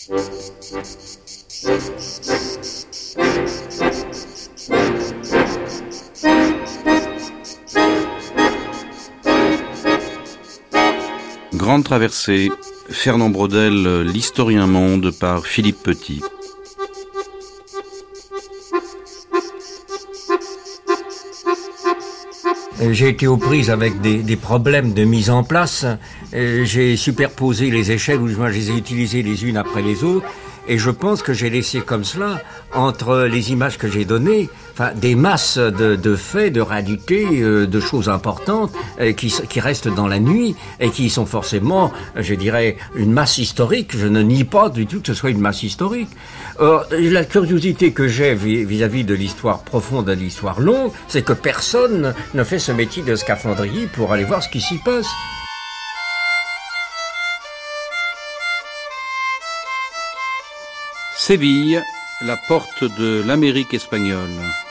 Grande traversée, Fernand Braudel, l'historien monde par Philippe Petit. J'ai été aux prises avec des problèmes de mise en place. J'ai superposé les échelles, ou moi je les ai utilisées les unes après les autres. Et je pense que j'ai laissé comme cela, entre les images que j'ai données, des masses de faits, de réalités, de choses importantes qui restent dans la nuit et qui sont forcément, je dirais, une masse historique. Je ne nie pas du tout que ce soit une masse historique. Or, la curiosité que j'ai vis-à-vis de l'histoire profonde et de l'histoire longue, c'est que personne ne fait ce métier de scaphandrier pour aller voir ce qui s'y passe. Séville, la porte de l'Amérique espagnole.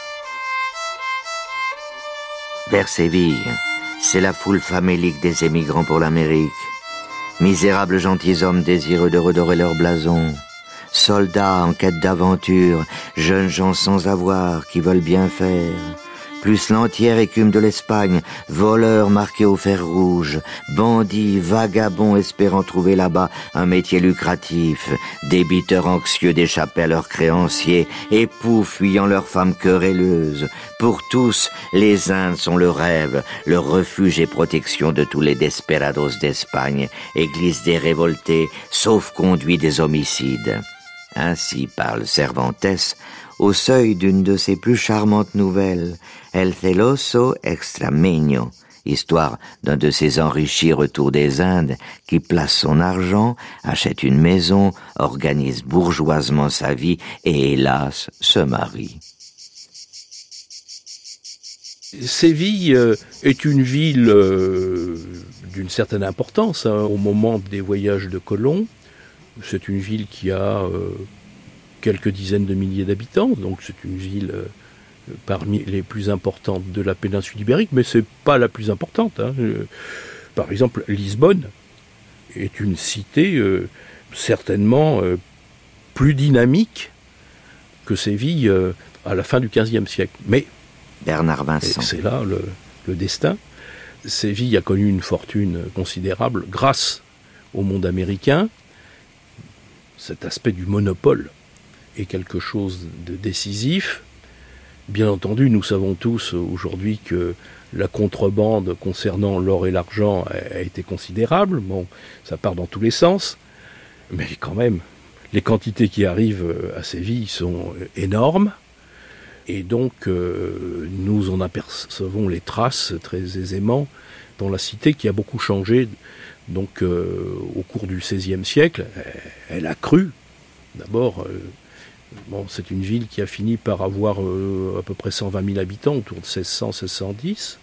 Vers Séville, c'est la foule famélique des émigrants pour l'Amérique. Misérables gentilshommes désireux de redorer leur blason. Soldats en quête d'aventure, jeunes gens sans avoir qui veulent bien faire. Plus l'entière écume de l'Espagne, voleurs marqués au fer rouge, bandits, vagabonds espérant trouver là-bas un métier lucratif, débiteurs anxieux d'échapper à leurs créanciers, époux fuyant leurs femmes querelleuses. Pour tous, les Indes sont le rêve, le refuge et protection de tous les desperados d'Espagne, église des révoltés, sauf-conduit des homicides. Ainsi parle Cervantes, au seuil d'une de ses plus charmantes nouvelles, El celoso extremeño, histoire d'un de ces enrichis retour des Indes qui place son argent, achète une maison, organise bourgeoisement sa vie et, hélas, se marie. Séville est une ville d'une certaine importance au moment des voyages de Colomb. C'est une ville qui a quelques dizaines de milliers d'habitants, donc c'est une ville parmi les plus importantes de la péninsule ibérique, mais c'est pas la plus importante. Par exemple, Lisbonne est une cité certainement plus dynamique que Séville à la fin du XVe siècle. Mais Bernard Vincent. C'est là le destin. Séville a connu une fortune considérable grâce au monde américain. Cet aspect du monopole est quelque chose de décisif. Bien entendu, nous savons tous aujourd'hui que la contrebande concernant l'or et l'argent a été considérable. Bon, ça part dans tous les sens. Mais quand même, les quantités qui arrivent à Séville sont énormes. Et donc, nous en apercevons les traces très aisément dans la cité qui a beaucoup changé. Donc, au cours du XVIe siècle, elle a cru. D'abord, c'est une ville qui a fini par avoir à peu près 120 000 habitants, autour de 1600-1610.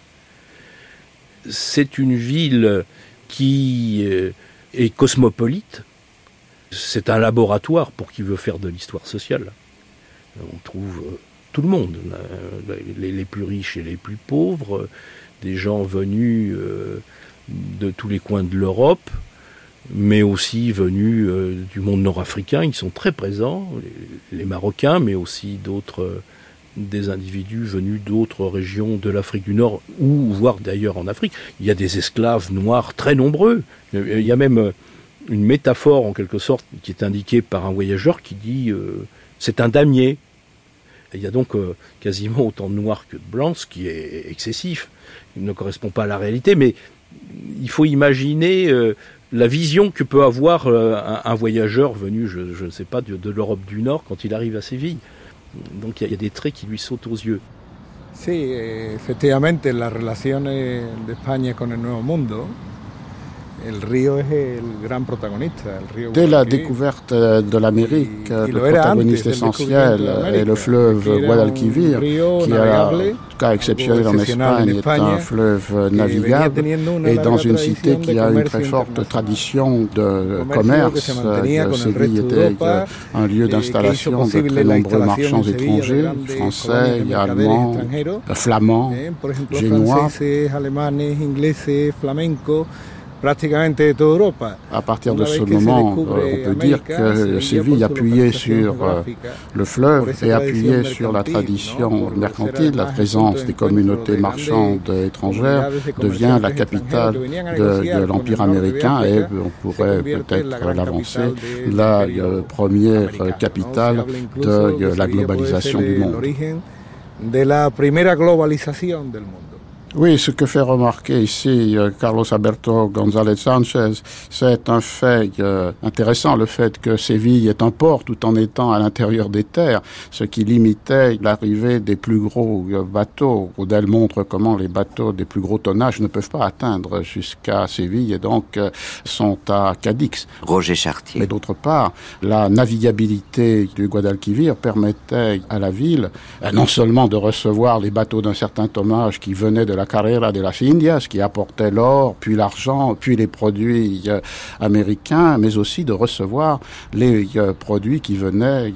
C'est une ville qui est cosmopolite. C'est un laboratoire pour qui veut faire de l'histoire sociale. On trouve tout le monde, les plus riches et les plus pauvres, des gens venus de tous les coins de l'Europe, mais aussi venus du monde nord-africain. Ils sont très présents, les Marocains, mais aussi des individus venus d'autres régions de l'Afrique du Nord, ou voire d'ailleurs en Afrique. Il y a des esclaves noirs très nombreux. Il y a même une métaphore, en quelque sorte, qui est indiquée par un voyageur qui dit c'est un damier. Il y a donc quasiment autant de noirs que de blancs, ce qui est excessif. Il ne correspond pas à la réalité, mais il faut imaginer la vision que peut avoir un voyageur venu, je ne sais pas, de l'Europe du Nord quand il arrive à Séville. Donc il y a des traits qui lui sautent aux yeux. Sí, efectivamente, las relaciones de España con el Nuevo Mundo, el río es el gran protagonista. Dès la découverte de l'Amérique, le protagoniste essentiel est le fleuve Guadalquivir, qui, à cas exceptionnel en Espagne, est un fleuve navigable, et dans une cité qui a une très forte tradition de commerce. Séville était un lieu d'installation de très nombreux marchands étrangers, français, allemands, flamands, génois. À partir de ce moment, on peut dire que Séville appuyait sur le fleuve et appuyait sur la tradition mercantile, la présence des communautés marchandes étrangères devient la capitale de l'Empire américain et on pourrait peut-être l'avancer, la première capitale de la globalisation du monde. Oui, ce que fait remarquer ici Carlos Alberto González Sánchez, c'est un fait intéressant, le fait que Séville est un port tout en étant à l'intérieur des terres, ce qui limitait l'arrivée des plus gros bateaux. Brodel montre comment les bateaux des plus gros tonnages ne peuvent pas atteindre jusqu'à Séville et donc sont à Cadix. Roger Chartier. Mais d'autre part, la navigabilité du Guadalquivir permettait à la ville non seulement de recevoir les bateaux d'un certain tonnage qui venaient de la Carrera de las Indias, qui apportait l'or, puis l'argent, puis les produits américains, mais aussi de recevoir les produits qui venaient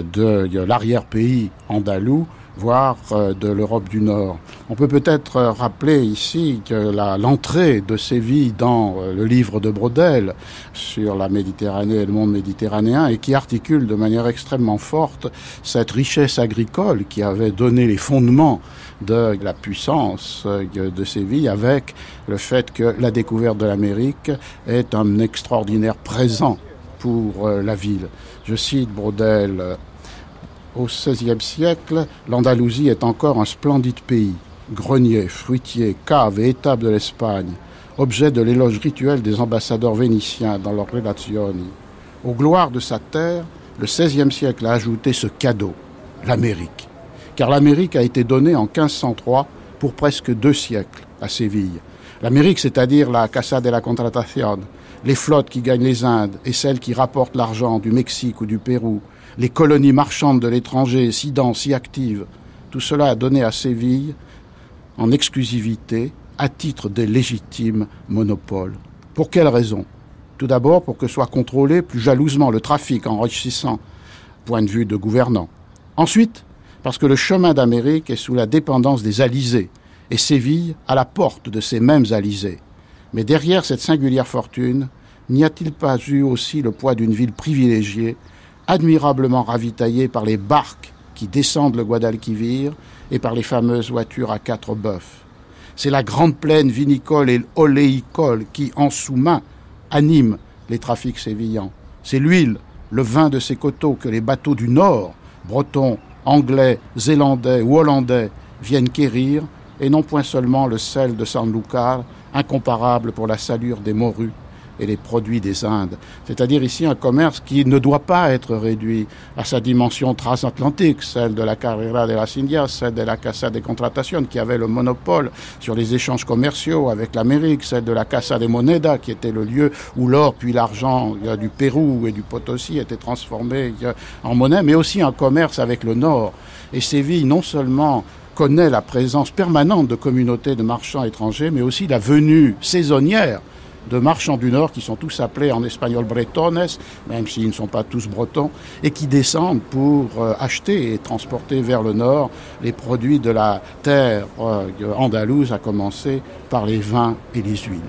de l'arrière-pays andalou, voire de l'Europe du Nord. On peut peut-être rappeler ici que l'entrée de Séville dans le livre de Brodel sur la Méditerranée et le monde méditerranéen et qui articule de manière extrêmement forte cette richesse agricole qui avait donné les fondements de la puissance de Séville avec le fait que la découverte de l'Amérique est un extraordinaire présent pour la ville. Je cite Brodel. Au XVIe siècle, l'Andalousie est encore un splendide pays. Grenier, fruitier, cave et étable de l'Espagne, objet de l'éloge rituel des ambassadeurs vénitiens dans leurs relazioni. Aux gloires de sa terre, le XVIe siècle a ajouté ce cadeau, l'Amérique. Car l'Amérique a été donnée en 1503 pour presque 2 siècles à Séville. L'Amérique, c'est-à-dire la Casa de la Contratación, les flottes qui gagnent les Indes et celles qui rapportent l'argent du Mexique ou du Pérou, les colonies marchandes de l'étranger, si denses, si actives, tout cela a donné à Séville, en exclusivité, à titre de légitime monopole. Pour quelles raisons ? Tout d'abord, pour que soit contrôlé plus jalousement le trafic enrichissant, point de vue de gouvernants. Ensuite, parce que le chemin d'Amérique est sous la dépendance des alizés, et Séville à la porte de ces mêmes alizés. Mais derrière cette singulière fortune, n'y a-t-il pas eu aussi le poids d'une ville privilégiée, admirablement ravitaillée par les barques qui descendent le Guadalquivir et par les fameuses voitures à 4 bœufs. C'est la grande plaine vinicole et oléicole qui, en sous-main, anime les trafics sévillans. C'est l'huile, le vin de ces coteaux que les bateaux du Nord, bretons, anglais, zélandais ou hollandais, viennent quérir, et non point seulement le sel de Sanlúcar, incomparable pour la salure des morues et les produits des Indes. C'est-à-dire ici un commerce qui ne doit pas être réduit à sa dimension transatlantique, celle de la Carrera de las Indias, celle de la Casa de Contratación, qui avait le monopole sur les échanges commerciaux avec l'Amérique, celle de la Casa de Moneda, qui était le lieu où l'or puis l'argent du Pérou et du Potosí étaient transformés en monnaie, mais aussi un commerce avec le Nord. Et Séville, non seulement connaît la présence permanente de communautés de marchands étrangers, mais aussi la venue saisonnière de marchands du Nord qui sont tous appelés en espagnol bretones, même s'ils ne sont pas tous bretons, et qui descendent pour acheter et transporter vers le Nord les produits de la terre andalouse, à commencer par les vins et les huiles.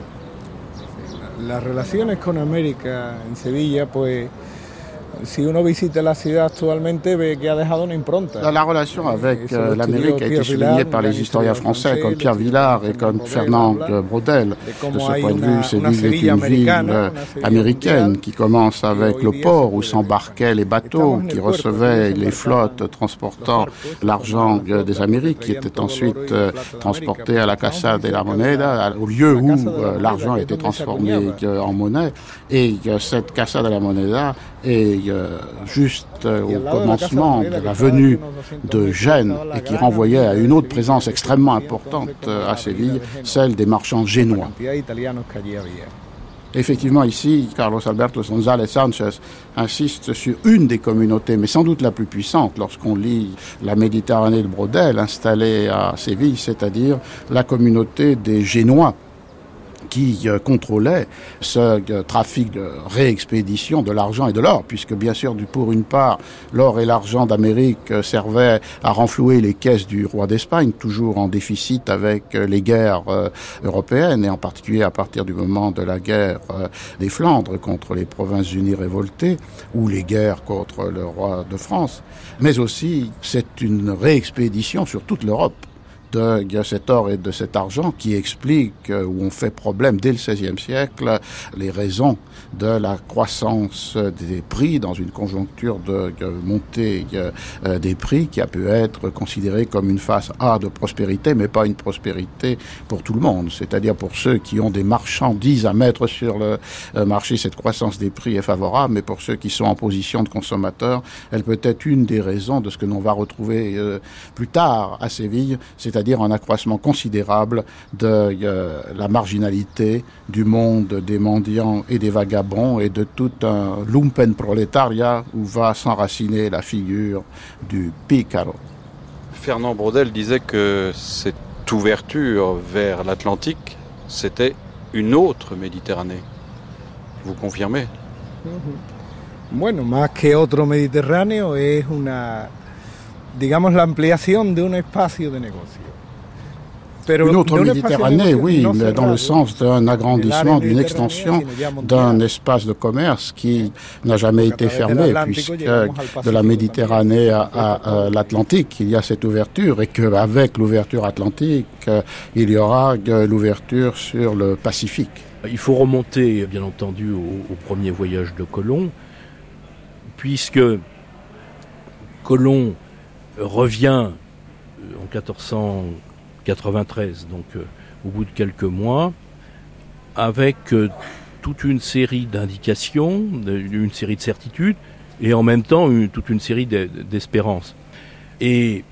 Las relaciones con América en Sevilla, pues si uno visita la ciudad actualmente ve que ha dejado una impronta. La relation avec l'Amérique a été soulignée par les historiens français comme Pierre Villard et comme Fernand Brodel. De ce point de vue, Séville est une ville américaine qui commence avec le port où s'embarquaient les bateaux qui recevaient les flottes transportant l'argent des Amériques qui était ensuite transporté à la Casa de la Moneda, au lieu où l'argent était transformé en monnaie. Et cette Casa de la Moneda est juste au commencement de la venue de Gênes et qui renvoyait à une autre présence extrêmement importante à Séville, celle des marchands génois. Effectivement, ici, Carlos Alberto González Sánchez insiste sur une des communautés, mais sans doute la plus puissante lorsqu'on lit la Méditerranée de Brodel installée à Séville, c'est-à-dire la communauté des Génois, qui contrôlait ce trafic de réexpédition de l'argent et de l'or, puisque bien sûr, pour une part, l'or et l'argent d'Amérique servaient à renflouer les caisses du roi d'Espagne, toujours en déficit avec les guerres européennes, et en particulier à partir du moment de la guerre des Flandres contre les Provinces-Unies révoltées, ou les guerres contre le roi de France. Mais aussi, c'est une réexpédition sur toute l'Europe de cet or et de cet argent qui explique, où on fait problème dès le XVIe siècle, les raisons de la croissance des prix dans une conjoncture de montée des prix qui a pu être considérée comme une phase A de prospérité, mais pas une prospérité pour tout le monde. C'est-à-dire pour ceux qui ont des marchandises à mettre sur le marché, cette croissance des prix est favorable, mais pour ceux qui sont en position de consommateurs, elle peut être une des raisons de ce que l'on va retrouver plus tard à Séville, c'est-à-dire un accroissement considérable de la marginalité du monde des mendiants et des vagabonds et de tout un lumpenprolétariat où va s'enraciner la figure du pícaro. Fernand Braudel disait que cette ouverture vers l'Atlantique, c'était une autre Méditerranée. Vous confirmez? Bueno, más que otro Mediterráneo es digamos, la ampliación de un espacio de negocio. Une autre Méditerranée, oui, mais dans le sens d'un agrandissement, d'une extension d'un espace de commerce qui n'a jamais été fermé, puisque de la Méditerranée à l'Atlantique, il y a cette ouverture, et qu'avec l'ouverture atlantique, il y aura l'ouverture sur le Pacifique. Il faut remonter, bien entendu, au premier voyage de Colomb, puisque Colomb revient en 1493, donc au bout de quelques mois, avec toute une série d'indications, une série de certitudes, et en même temps toute une série d'espérances. Et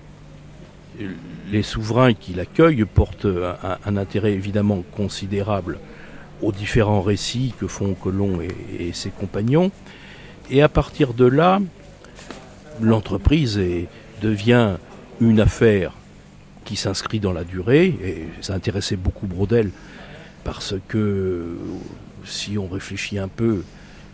les souverains qui l'accueillent portent un intérêt évidemment considérable aux différents récits que font Colomb et ses compagnons. Et à partir de là, l'entreprise devient une affaire qui s'inscrit dans la durée, et ça intéressait beaucoup Braudel, parce que, si on réfléchit un peu,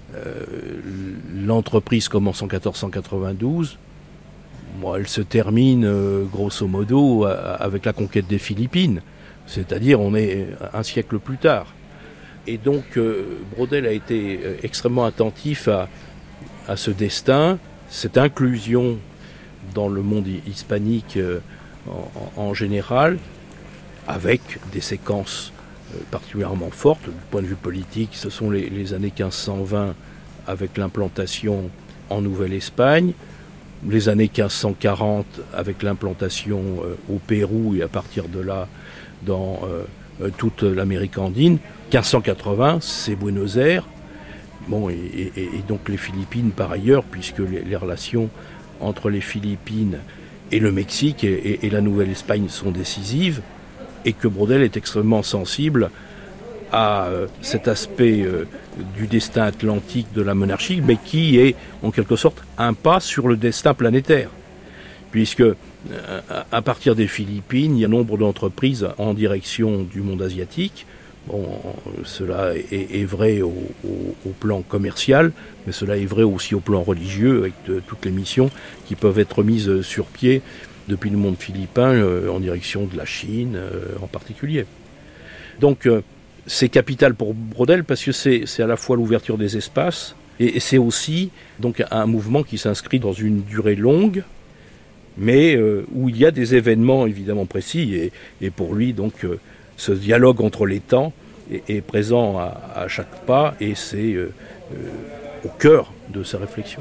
l'entreprise commence en 1492, elle se termine, grosso modo, avec la conquête des Philippines, c'est-à-dire on est un siècle plus tard. Et donc, Braudel a été extrêmement attentif à ce destin, cette inclusion dans le monde hispanique en général, avec des séquences particulièrement fortes. Du point de vue politique, ce sont les années 1520 avec l'implantation en Nouvelle-Espagne, les années 1540 avec l'implantation au Pérou et à partir de là dans toute l'Amérique andine. 1580, c'est Buenos Aires. Et donc les Philippines par ailleurs, puisque les relations entre les Philippines et le Mexique et la Nouvelle-Espagne sont décisives, et que Braudel est extrêmement sensible à cet aspect du destin atlantique de la monarchie, mais qui est en quelque sorte un pas sur le destin planétaire, puisque à partir des Philippines, il y a nombre d'entreprises en direction du monde asiatique. Cela est vrai au plan commercial, mais cela est vrai aussi au plan religieux, avec toutes les missions qui peuvent être mises sur pied depuis le monde philippin en direction de la Chine en particulier. Donc c'est capital pour Braudel parce que c'est à la fois l'ouverture des espaces et c'est aussi donc un mouvement qui s'inscrit dans une durée longue, mais où il y a des événements évidemment précis et pour lui donc ce dialogue entre les temps est présent à chaque pas et c'est au cœur de sa réflexion.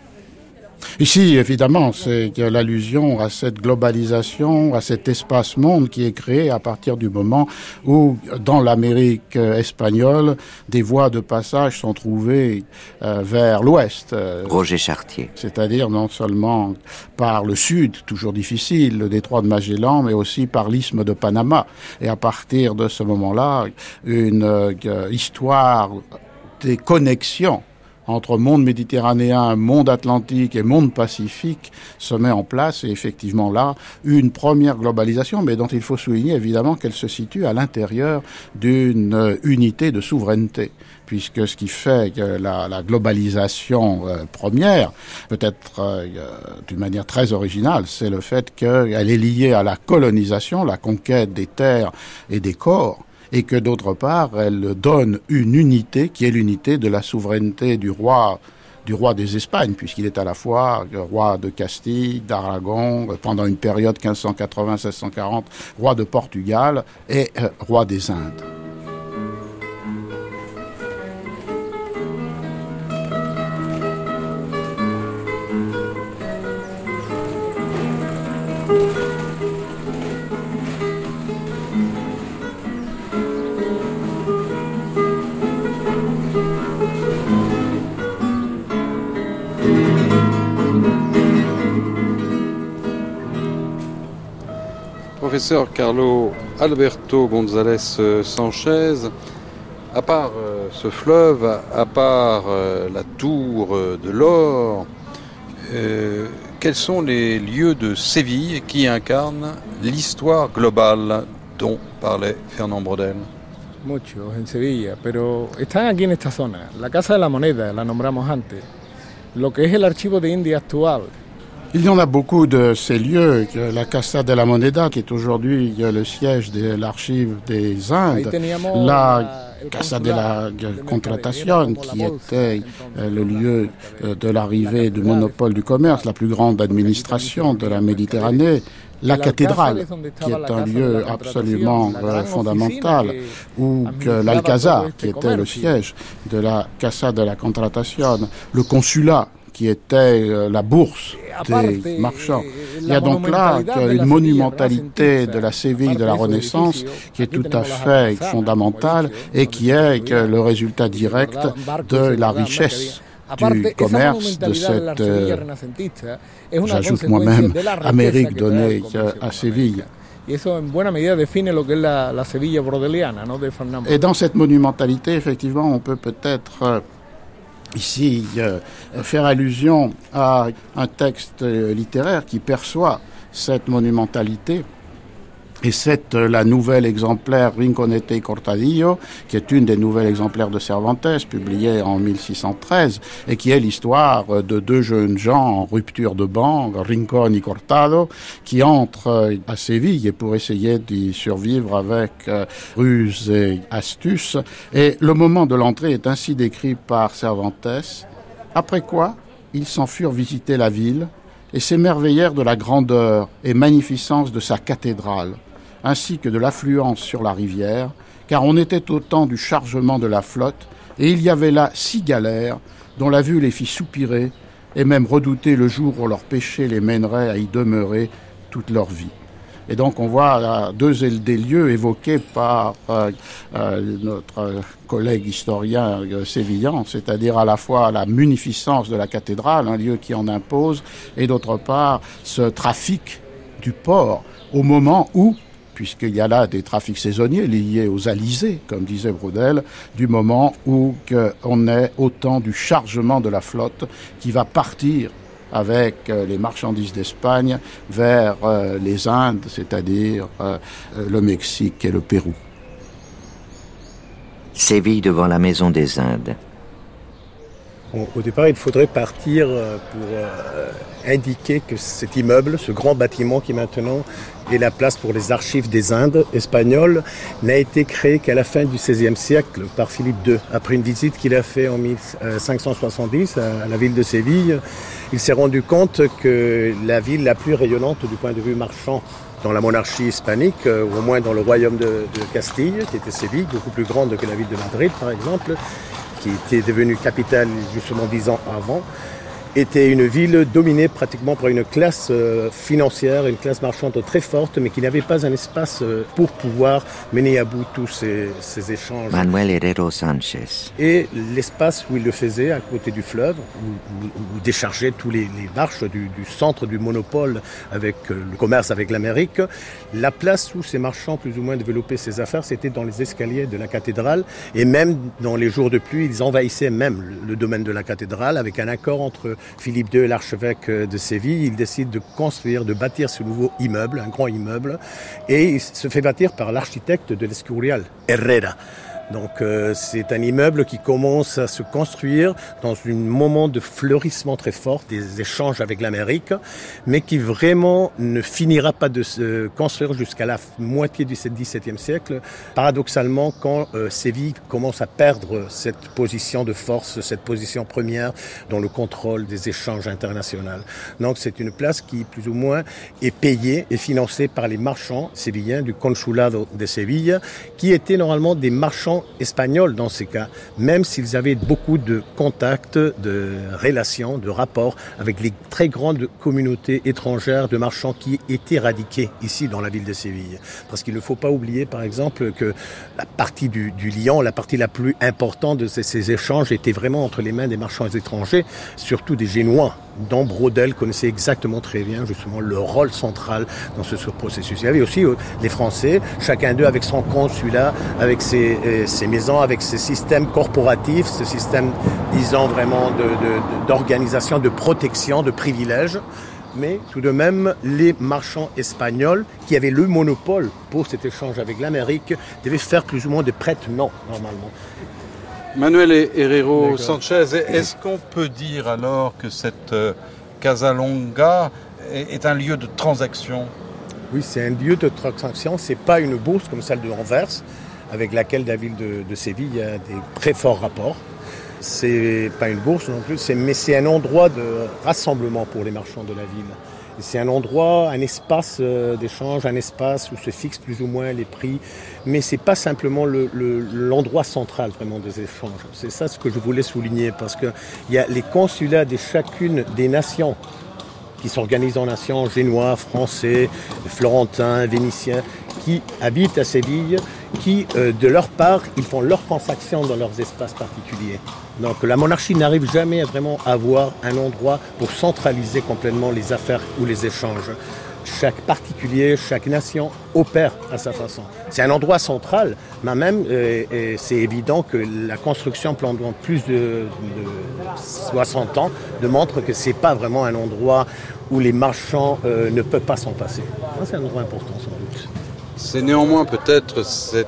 Ici, évidemment, c'est l'allusion à cette globalisation, à cet espace-monde qui est créé à partir du moment où, dans l'Amérique espagnole, des voies de passage sont trouvées vers l'ouest. Roger Chartier. C'est-à-dire non seulement par le sud, toujours difficile, le détroit de Magellan, mais aussi par l'isthme de Panama. Et à partir de ce moment-là, une histoire des connexions entre monde méditerranéen, monde atlantique et monde pacifique se met en place, et effectivement là, une première globalisation, mais dont il faut souligner évidemment qu'elle se situe à l'intérieur d'une unité de souveraineté, puisque ce qui fait que la globalisation première, peut-être d'une manière très originale, c'est le fait qu'elle est liée à la colonisation, la conquête des terres et des corps, et que d'autre part, elle donne une unité qui est l'unité de la souveraineté du roi des Espagnes, puisqu'il est à la fois roi de Castille, d'Aragon, pendant une période 1580-1640, roi de Portugal et roi des Indes. Professeur Carlo Alberto González Sánchez, à part ce fleuve, à part la tour de l'or, quels sont les lieux de Séville qui incarnent l'histoire globale dont parlait Fernand Braudel? Muchos en Sevilla, pero están aquí en esta zona. La Casa de la Moneda, la nombramos antes. Lo que es el archivo de India actual. Il y en a beaucoup de ces lieux, la Casa de la Moneda, qui est aujourd'hui le siège de l'archive des Indes, la Casa de la Contratación, qui était le lieu de l'arrivée du monopole du commerce, la plus grande administration de la Méditerranée, la cathédrale, qui est un lieu absolument fondamental, ou l'Alcazar, qui était le siège de la Casa de la Contratación, le consulat, qui était la bourse des marchands. Il y a donc là une monumentalité de la Séville de la Renaissance qui est tout à fait fondamentale et qui est le résultat direct de la richesse du commerce de cette, j'ajoute moi-même, Amérique donnée à Séville. Et dans cette monumentalité, effectivement, on peut peut-être ici faire allusion à un texte littéraire qui perçoit cette monumentalité. Et c'est la nouvelle exemplaire Rinconete y Cortadillo, qui est une des nouvelles exemplaires de Cervantes, publiée en 1613, et qui est l'histoire de deux jeunes gens en rupture de ban, Rincón y Cortado, qui entrent à Séville et pour essayer d'y survivre avec ruse et astuce. Et le moment de l'entrée est ainsi décrit par Cervantes. Après quoi, ils s'en furent visiter la ville et s'émerveillèrent de la grandeur et magnificence de sa cathédrale, ainsi que de l'affluence sur la rivière, car on était au temps du chargement de la flotte, et il y avait là 6 galères, dont la vue les fit soupirer, et même redouter le jour où leur péché les mènerait à y demeurer toute leur vie. Et donc on voit là des lieux évoqués par notre collègue historien sévillan, c'est-à-dire à la fois la munificence de la cathédrale, un lieu qui en impose, et d'autre part ce trafic du port, au moment où, puisqu'il y a là des trafics saisonniers liés aux alizés, comme disait Braudel, du moment où on est au temps du chargement de la flotte qui va partir avec les marchandises d'Espagne vers les Indes, c'est-à-dire le Mexique et le Pérou. Séville devant la Maison des Indes. Au départ, il faudrait partir pour indiquer que cet immeuble, ce grand bâtiment qui maintenant est la place pour les archives des Indes espagnoles, n'a été créé qu'à la fin du XVIe siècle par Philippe II. Après une visite qu'il a fait en 1570 à la ville de Séville, il s'est rendu compte que la ville la plus rayonnante du point de vue marchand dans la monarchie hispanique, ou au moins dans le royaume de Castille, qui était Séville, beaucoup plus grande que la ville de Madrid par exemple, qui était devenue capitale justement 10 ans avant, était une ville dominée pratiquement par une classe financière, une classe marchande très forte, mais qui n'avait pas un espace pour pouvoir mener à bout tous ces échanges. Manuel Herrero Sánchez. Et l'espace où il le faisait, à côté du fleuve, où déchargeaient tous les marches du centre du monopole avec le commerce avec l'Amérique, la place où ces marchands plus ou moins développaient ces affaires, c'était dans les escaliers de la cathédrale, et même dans les jours de pluie, ils envahissaient même le domaine de la cathédrale avec un accord entre Philippe II et l'archevêque de Séville. Il décide de bâtir ce nouveau immeuble, un grand immeuble, et il se fait bâtir par l'architecte de l'Escurial, Herrera. Donc c'est un immeuble qui commence à se construire dans un moment de fleurissement très fort des échanges avec l'Amérique, mais qui vraiment ne finira pas de se construire jusqu'à la moitié du XVIIe siècle, paradoxalement quand Séville commence à perdre cette position de force, cette position première dans le contrôle des échanges internationaux. Donc c'est une place qui plus ou moins est payée et financée par les marchands sévillens du Consulado de Séville, qui étaient normalement des marchands espagnols dans ces cas, même s'ils avaient beaucoup de contacts, de relations, de rapports avec les très grandes communautés étrangères de marchands qui étaient radiqués ici dans la ville de Séville. Parce qu'il ne faut pas oublier par exemple que la partie du Lyon, la partie la plus importante de ces échanges était vraiment entre les mains des marchands étrangers, surtout des Génois, dont Braudel connaissait exactement très bien justement le rôle central dans ce processus. Il y avait aussi les Français, chacun d'eux avec son consulat, avec ses maisons, avec ses systèmes corporatifs, ce système, disons, vraiment d'organisation, de protection, de privilèges. Mais tout de même, les marchands espagnols, qui avaient le monopole pour cet échange avec l'Amérique, devaient faire plus ou moins des prête-noms, normalement. Manuel Herrero Sánchez, est-ce qu'on peut dire alors que cette Casa Longa est un lieu de transaction? Oui, c'est un lieu de transaction, c'est pas une bourse comme celle de Anvers, avec laquelle la ville de Séville a des très forts rapports. C'est pas une bourse non plus, mais c'est un endroit de rassemblement pour les marchands de la ville. C'est un endroit, un espace d'échange, un espace où se fixent plus ou moins les prix, mais c'est pas simplement l'endroit central vraiment des échanges. C'est ça ce que je voulais souligner, parce que il y a les consulats de chacune des nations qui s'organisent en nations, génois, français, florentins, vénitiens, qui habitent à Séville, qui, de leur part, ils font leurs transactions dans leurs espaces particuliers. Donc la monarchie n'arrive jamais à vraiment avoir un endroit pour centraliser complètement les affaires ou les échanges. Chaque particulier, chaque nation opère à sa façon. C'est un endroit central, mais même c'est évident que la construction pendant plus de 60 ans démontre que c'est pas vraiment un endroit où les marchands ne peuvent pas s'en passer. C'est un endroit important sans doute. C'est néanmoins peut-être cette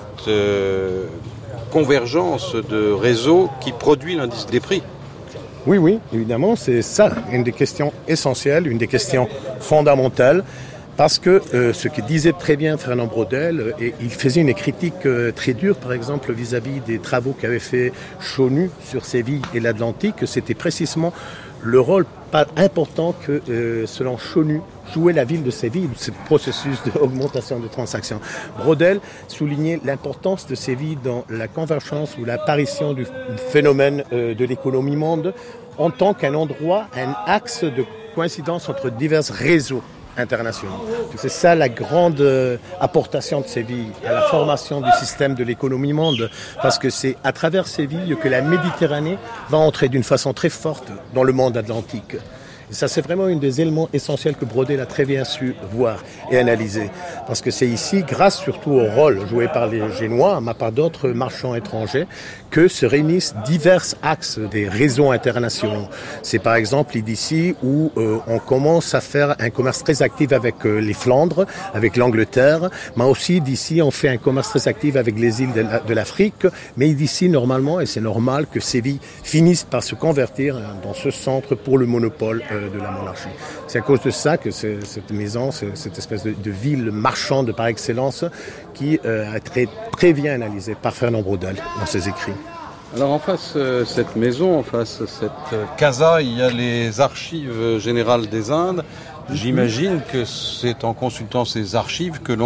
convergence de réseaux qui produit l'indice des prix. Oui, évidemment, c'est ça, une des questions essentielles, une des questions fondamentales, parce que ce que disait très bien Fernand Braudel, et il faisait une critique très dure, par exemple, vis-à-vis des travaux qu'avait fait Chaunu sur Séville et l'Atlantique, c'était précisément le rôle pas important que, selon Chaunu, jouait la ville de Séville, ce processus d'augmentation de transactions. Braudel soulignait l'importance de Séville dans la convergence ou l'apparition du phénomène de l'économie monde en tant qu'un endroit, un axe de coïncidence entre divers réseaux internationaux. C'est ça la grande apportation de Séville à la formation du système de l'économie monde, parce que c'est à travers Séville que la Méditerranée va entrer d'une façon très forte dans le monde atlantique. Et ça, c'est vraiment un des éléments essentiels que Braudel a très bien su voir et analyser. Parce que c'est ici, grâce surtout au rôle joué par les Génois, mais par d'autres marchands étrangers, que se réunissent divers axes des réseaux internationaux. C'est par exemple d'ici où on commence à faire un commerce très actif avec les Flandres, avec l'Angleterre, mais aussi d'ici on fait un commerce très actif avec les îles de l'Afrique, mais d'ici normalement, et c'est normal, que Séville finisse par se convertir dans ce centre pour le monopole de la monarchie. C'est à cause de ça que cette maison, cette espèce de ville marchande par excellence, qui a été très bien analysée par Fernand Braudel dans ses écrits. Alors en face cette maison, en face cette casa, il y a les archives générales des Indes. J'imagine que c'est en consultant ces archives que l'on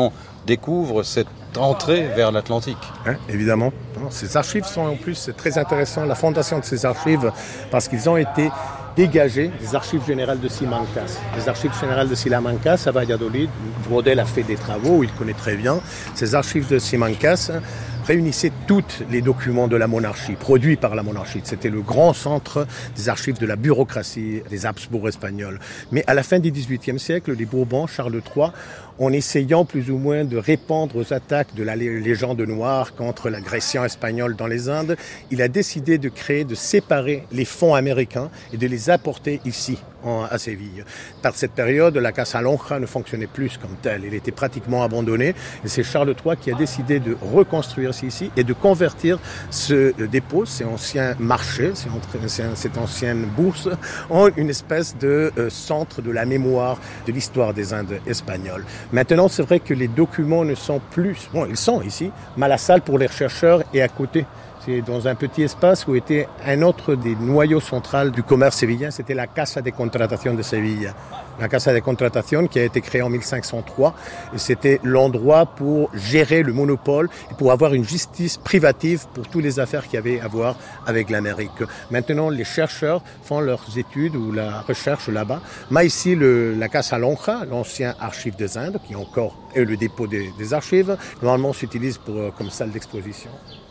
découvre cette entrée vers l'Atlantique. Évidemment. Ces archives sont en plus, c'est très intéressant, la fondation de ces archives, parce qu'ils ont été dégagés des archives générales de Simancas. Les archives générales de Simancas à Valladolid, Brodel a fait des travaux, il connaît très bien. Ces archives de Simancas réunissait tous les documents de la monarchie, produits par la monarchie. C'était le grand centre des archives de la bureaucratie des Habsbourg espagnols. Mais à la fin du XVIIIe siècle, les Bourbons, Charles III, en essayant plus ou moins de répondre aux attaques de la légende noire contre l'agression espagnole dans les Indes, il a décidé de séparer les fonds américains et de les apporter ici, à Séville. Par cette période, la Casa Lonja ne fonctionnait plus comme telle. Elle était pratiquement abandonnée. Et c'est Charles III qui a décidé de reconstruire ici et de convertir ce dépôt, ces anciens marchés, cette ancienne bourse, en une espèce de centre de la mémoire de l'histoire des Indes espagnoles. Maintenant, c'est vrai que les documents ne sont plus... Bon, ils sont ici, mais à la salle pour les chercheurs est à côté. C'est dans un petit espace où était un autre des noyaux centraux du commerce sévillien, c'était la Casa de Contratación de Séville. La Casa de Contratación qui a été créée en 1503, et c'était l'endroit pour gérer le monopole et pour avoir une justice privative pour toutes les affaires qu'il y avait à voir avec l'Amérique. Maintenant, les chercheurs font leurs études ou la recherche là-bas. Mais ici, la Casa Lonja, l'ancien archive des Indes, qui encore est le dépôt des archives, normalement s'utilise comme salle d'exposition.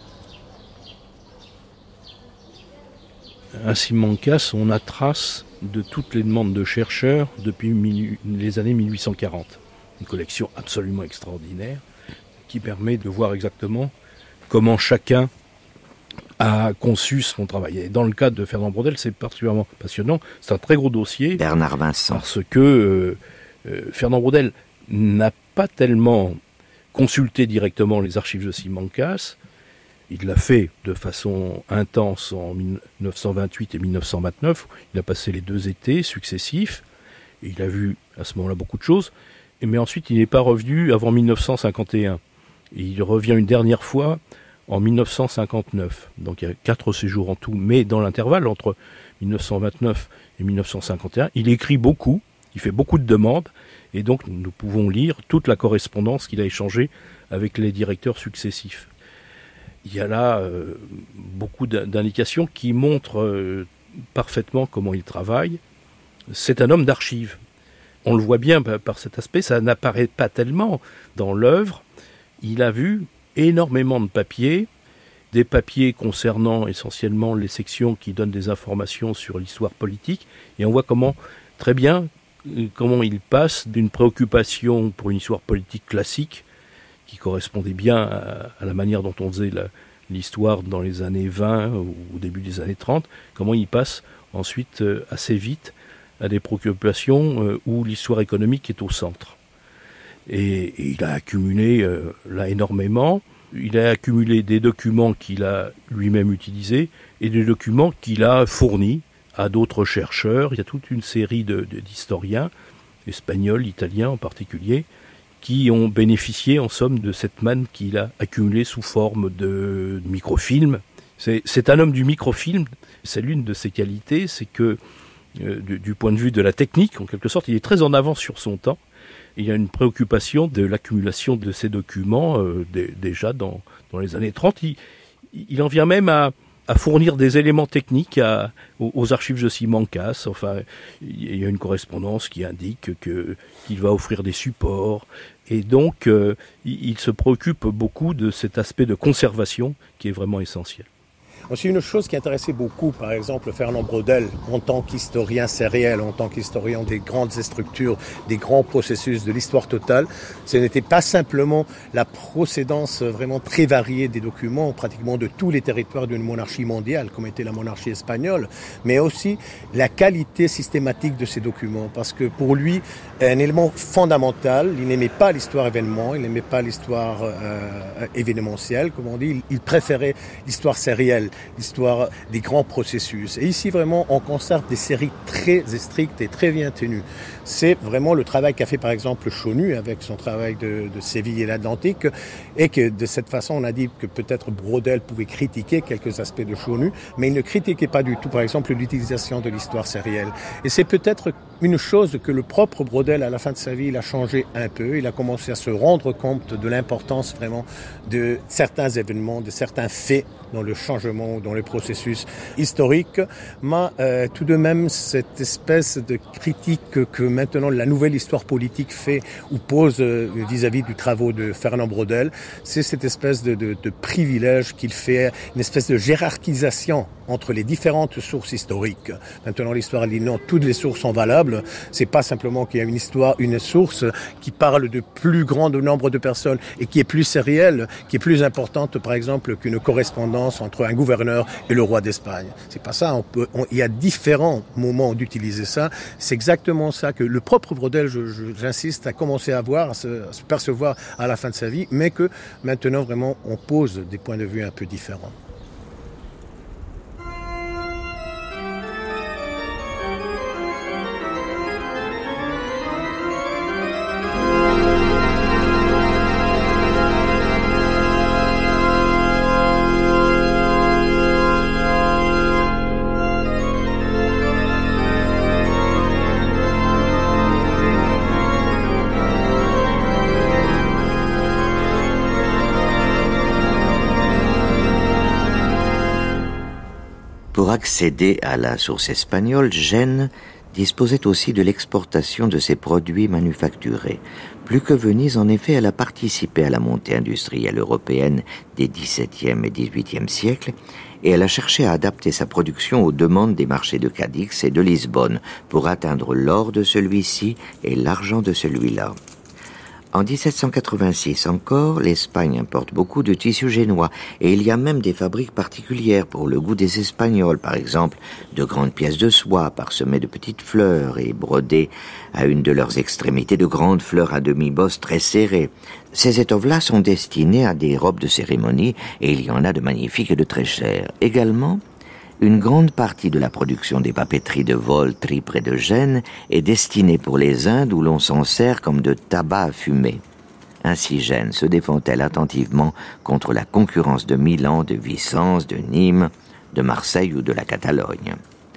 À Simancas, on a trace de toutes les demandes de chercheurs depuis les années 1840. Une collection absolument extraordinaire qui permet de voir exactement comment chacun a conçu son travail. Et dans le cas de Fernand Braudel, c'est particulièrement passionnant. C'est un très gros dossier. Bernard Vincent. Parce que Fernand Braudel n'a pas tellement consulté directement les archives de Simancas. Il l'a fait de façon intense en 1928 et 1929. Il a passé les 2 étés successifs. Et il a vu à ce moment-là beaucoup de choses. Mais ensuite, il n'est pas revenu avant 1951. Et il revient une dernière fois en 1959. Donc il y a 4 séjours en tout. Mais dans l'intervalle entre 1929 et 1951, il écrit beaucoup. Il fait beaucoup de demandes. Et donc nous pouvons lire toute la correspondance qu'il a échangée avec les directeurs successifs. Il y a là beaucoup d'indications qui montrent parfaitement comment il travaille. C'est un homme d'archives. On le voit bien par cet aspect, ça n'apparaît pas tellement dans l'œuvre. Il a vu énormément de papiers, des papiers concernant essentiellement les sections qui donnent des informations sur l'histoire politique, et on voit très bien comment il passe d'une préoccupation pour une histoire politique classique, qui correspondait bien à la manière dont on faisait l'histoire dans les années 20 ou au début des années 30, comment il passe ensuite assez vite à des préoccupations où l'histoire économique est au centre. Et il a accumulé là énormément. Il a accumulé des documents qu'il a lui-même utilisés et des documents qu'il a fournis à d'autres chercheurs. Il y a toute une série d'historiens, espagnols, italiens en particulier, qui ont bénéficié en somme de cette manne qu'il a accumulée sous forme de microfilm. C'est un homme du microfilm, c'est l'une de ses qualités, c'est que du point de vue de la technique, en quelque sorte, il est très en avance sur son temps. Il y a une préoccupation de l'accumulation de ces documents déjà dans les années 30. Il en vient même à fournir des éléments techniques aux archives de Simancas. Enfin, il y a une correspondance qui indique qu'il va offrir des supports. Et donc, il se préoccupe beaucoup de cet aspect de conservation qui est vraiment essentiel. Aussi une chose qui intéressait beaucoup, par exemple, Fernand Braudel, en tant qu'historien sériel, en tant qu'historien des grandes structures, des grands processus de l'histoire totale, ce n'était pas simplement la procédance vraiment très variée des documents, pratiquement de tous les territoires d'une monarchie mondiale, comme était la monarchie espagnole, mais aussi la qualité systématique de ces documents, parce que pour lui, un élément fondamental, il n'aimait pas l'histoire événement, il n'aimait pas l'histoire événementielle, comme on dit, il préférait l'histoire sérielle, l'histoire des grands processus. Et ici, vraiment, on conserve des séries très strictes et très bien tenues. C'est vraiment le travail qu'a fait, par exemple, Chaunu avec son travail de Séville et l'Atlantique, et que de cette façon, on a dit que peut-être Braudel pouvait critiquer quelques aspects de Chaunu, mais il ne critiquait pas du tout, par exemple, l'utilisation de l'histoire sérielle. Et c'est peut-être une chose que le propre Braudel, à la fin de sa vie, il a changé un peu. Il a commencé à se rendre compte de l'importance vraiment de certains événements, de certains faits dans le changement, dans le processus historique. Mais tout de même, cette espèce de critique que maintenant la nouvelle histoire politique fait ou pose vis-à-vis du travaux de Fernand Braudel, c'est cette espèce de privilège qu'il fait, une espèce de hiérarchisation entre les différentes sources historiques. Maintenant, l'histoire dit non, toutes les sources sont valables. C'est pas simplement qu'il y a une source qui parle de plus grand nombre de personnes et qui est plus sérielle, qui est plus importante, par exemple, qu'une correspondance entre un gouverneur et le roi d'Espagne. C'est pas ça. Il y a différents moments d'utiliser ça. C'est exactement ça que le propre Braudel, j'insiste, a commencé à voir, à se percevoir à la fin de sa vie, mais que maintenant, vraiment, on pose des points de vue un peu différents. Pour accéder à la source espagnole, Gênes disposait aussi de l'exportation de ses produits manufacturés. Plus que Venise, en effet, elle a participé à la montée industrielle européenne des XVIIe et XVIIIe siècles et elle a cherché à adapter sa production aux demandes des marchés de Cadix et de Lisbonne pour atteindre l'or de celui-ci et l'argent de celui-là. En 1786 encore, l'Espagne importe beaucoup de tissus génois et il y a même des fabriques particulières pour le goût des Espagnols, par exemple de grandes pièces de soie parsemées de petites fleurs et brodées à une de leurs extrémités de grandes fleurs à demi-bosses très serrées. Ces étoffes-là sont destinées à des robes de cérémonie et il y en a de magnifiques et de très chères. Également, une grande partie de la production des papeteries de Voltri près de Gênes est destinée pour les Indes où l'on s'en sert comme de tabac à fumer. Ainsi Gênes se défend-elle attentivement contre la concurrence de Milan, de Vicence, de Nîmes, de Marseille ou de la Catalogne.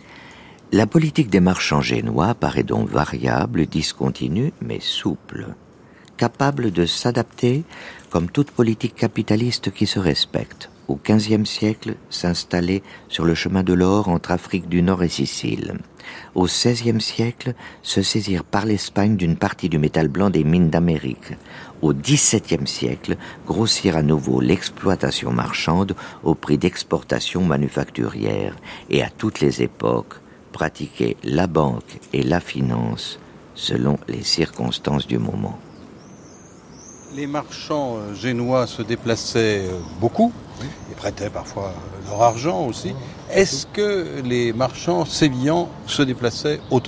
La politique des marchands génois paraît donc variable, discontinue, mais souple, capable de s'adapter comme toute politique capitaliste qui se respecte. Au XVe siècle, s'installer sur le chemin de l'or entre Afrique du Nord et Sicile. Au XVIe siècle, se saisir par l'Espagne d'une partie du métal blanc des mines d'Amérique. Au XVIIe siècle, grossir à nouveau l'exploitation marchande au prix d'exportation manufacturière. Et à toutes les époques, pratiquer la banque et la finance selon les circonstances du moment. Les marchands génois se déplaçaient beaucoup, et prêtaient parfois leur argent aussi. Est-ce que les marchands sévillans se déplaçaient autant ?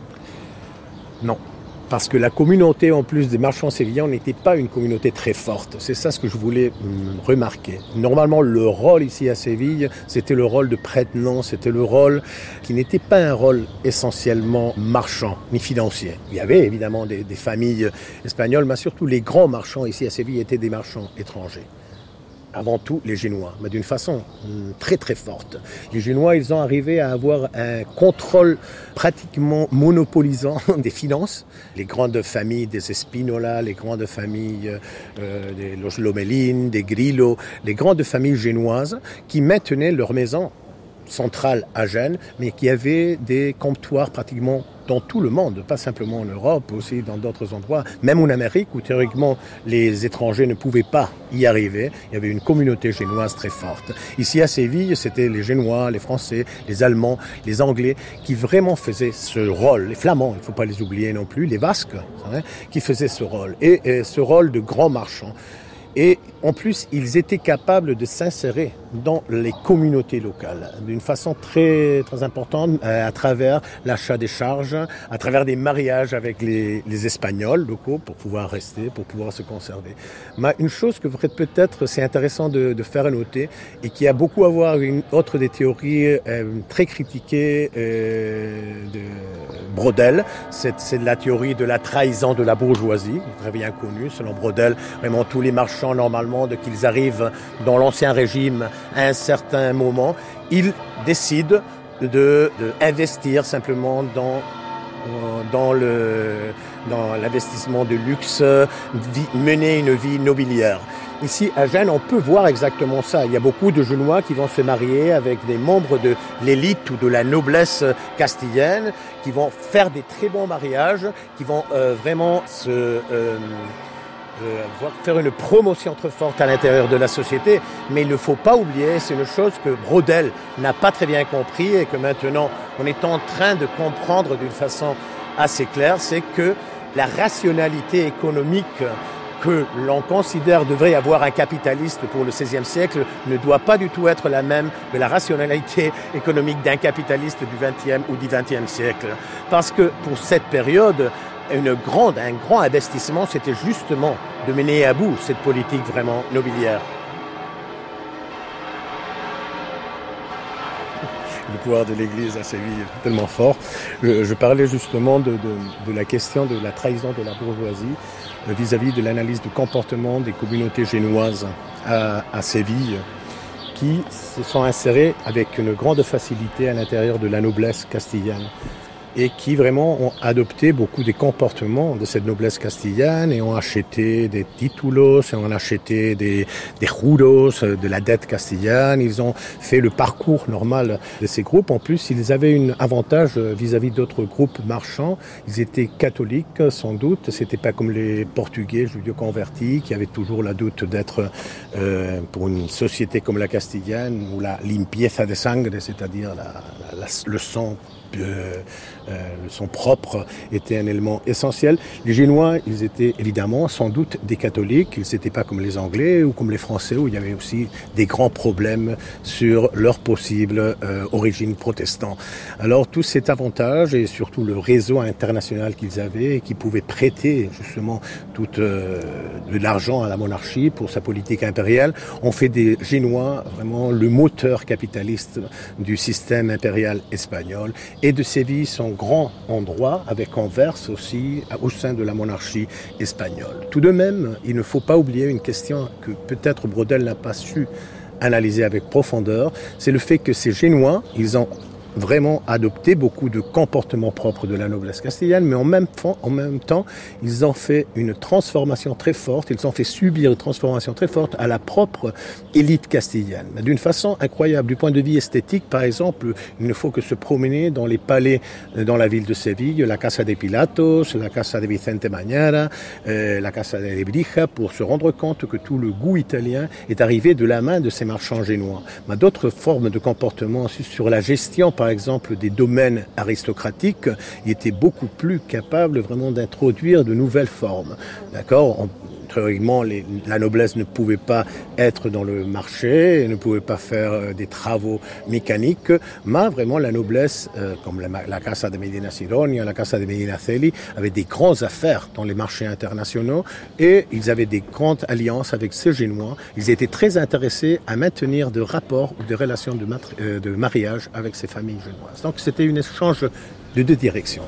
Non. Parce que la communauté, en plus des marchands sévillans, n'était pas une communauté très forte. C'est ça ce que je voulais remarquer. Normalement, le rôle ici à Séville, c'était le rôle de prête-nom, c'était le rôle qui n'était pas un rôle essentiellement marchand, ni financier. Il y avait évidemment des familles espagnoles, mais surtout les grands marchands ici à Séville étaient des marchands étrangers. Avant tout les Génois, mais d'une façon très très forte. Les Génois, ils ont arrivé à avoir un contrôle pratiquement monopolisant des finances. Les grandes familles des Espinola, les grandes familles des Los Lomelin, des Grillo, les grandes familles génoises qui maintenaient leur maison centrale à Gênes, mais qui avaient des comptoirs pratiquement dans tout le monde, pas simplement en Europe, aussi dans d'autres endroits, même en Amérique où théoriquement les étrangers ne pouvaient pas y arriver. Il y avait une communauté génoise très forte. Ici à Séville, c'était les Génois, les Français, les Allemands, les Anglais qui vraiment faisaient ce rôle. Les Flamands, il ne faut pas les oublier non plus, les Basques, qui faisaient ce rôle. Et ce rôle de grands marchands. Et en plus, ils étaient capables de s'insérer dans les communautés locales d'une façon très, très importante à travers l'achat des charges, à travers des mariages avec les Espagnols locaux pour pouvoir rester, pour pouvoir se conserver. Mais une chose que peut-être c'est intéressant de faire noter et qui a beaucoup à voir avec une autre des théories très critiquées de Braudel, c'est la théorie de la trahison de la bourgeoisie, très bien connue selon Braudel. Vraiment tous les marchands normalement, de qu'ils arrivent dans l'ancien régime à un certain moment, ils décident d'investir simplement dans dans l'investissement de luxe, mener une vie nobiliaire. Ici, à Gênes, on peut voir exactement ça. Il y a beaucoup de Génois qui vont se marier avec des membres de l'élite ou de la noblesse castilienne, qui vont faire des très bons mariages, qui vont vraiment faire une promotion très forte à l'intérieur de la société. Mais il ne faut pas oublier, c'est une chose que Braudel n'a pas très bien compris et que maintenant on est en train de comprendre d'une façon assez claire, c'est que la rationalité économique que l'on considère devrait avoir un capitaliste pour le XVIe siècle ne doit pas du tout être la même que la rationalité économique d'un capitaliste du XXe ou du XXe siècle. Parce que pour cette période, un grand investissement, c'était justement de mener à bout cette politique vraiment nobiliaire. Le pouvoir de l'Église à Séville est tellement fort. Je parlais justement de la question de la trahison de la bourgeoisie vis-à-vis de l'analyse du comportement des communautés génoises à Séville, qui se sont insérées avec une grande facilité à l'intérieur de la noblesse castillane et qui vraiment ont adopté beaucoup des comportements de cette noblesse castillane et ont acheté des titulos, et ont acheté des juros, de la dette castillane. Ils ont fait le parcours normal de ces groupes. En plus, ils avaient un avantage vis-à-vis d'autres groupes marchands. Ils étaient catholiques, sans doute. C'était pas comme les Portugais judéo-convertis qui avaient toujours la doute d'être, pour une société comme la castillane, ou la limpieza de sangre, c'est-à-dire le sang le son propre était un élément essentiel. Les Génois, ils étaient évidemment sans doute des catholiques, ils n'étaient pas comme les Anglais ou comme les Français où il y avait aussi des grands problèmes sur leur possible origine protestante. Alors tout cet avantage et surtout le réseau international qu'ils avaient et qui pouvait prêter justement tout de l'argent à la monarchie pour sa politique impériale ont fait des Génois vraiment le moteur capitaliste du système impérial espagnol et de Séville son grand endroit avec Anvers aussi au sein de la monarchie espagnole. Tout de même, il ne faut pas oublier une question que peut-être Braudel n'a pas su analyser avec profondeur, c'est le fait que ces Génois, ils ont vraiment adopté beaucoup de comportements propres de la noblesse castillane, mais en même temps, ils ont fait une transformation très forte, ils ont fait subir une transformation très forte à la propre élite castillane. Mais d'une façon incroyable, du point de vue esthétique, par exemple, il ne faut que se promener dans les palais dans la ville de Séville, la Casa de Pilatos, la Casa de Vicente Mañara, la Casa de Lebrija, pour se rendre compte que tout le goût italien est arrivé de la main de ces marchands génois. Mais d'autres formes de comportement sur la gestion, par exemple, des domaines aristocratiques, il était beaucoup plus capable vraiment d'introduire de nouvelles formes. D'accord ? Théoriquement, la noblesse ne pouvait pas être dans le marché, ne pouvait pas faire des travaux mécaniques, mais vraiment la noblesse, comme la Casa de Medina Sidonia, la Casa de Medina Celi, avait des grandes affaires dans les marchés internationaux et ils avaient des grandes alliances avec ces Génois. Ils étaient très intéressés à maintenir de rapports ou de relations de mariage avec ces familles génoises. Donc c'était un échange de deux directions.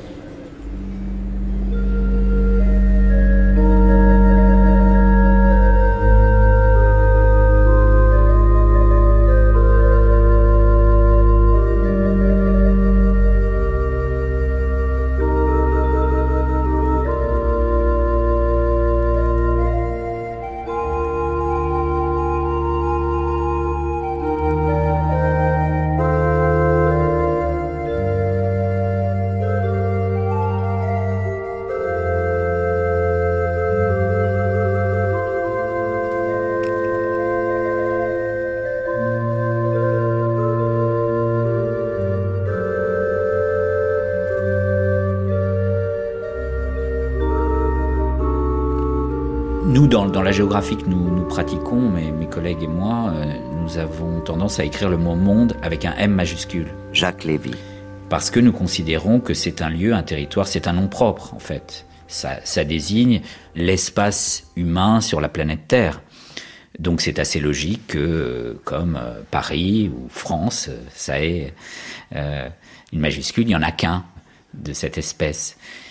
Nous, dans la géographie que nous pratiquons, mes collègues et moi, nous avons tendance à écrire le mot « monde » avec un M majuscule. Jacques Lévy. Parce que nous considérons que c'est un lieu, un territoire, c'est un nom propre, en fait. Ça désigne l'espace humain sur la planète Terre. Donc c'est assez logique que, comme Paris ou France, ça ait une majuscule, il n'y en a qu'un de cette espèce.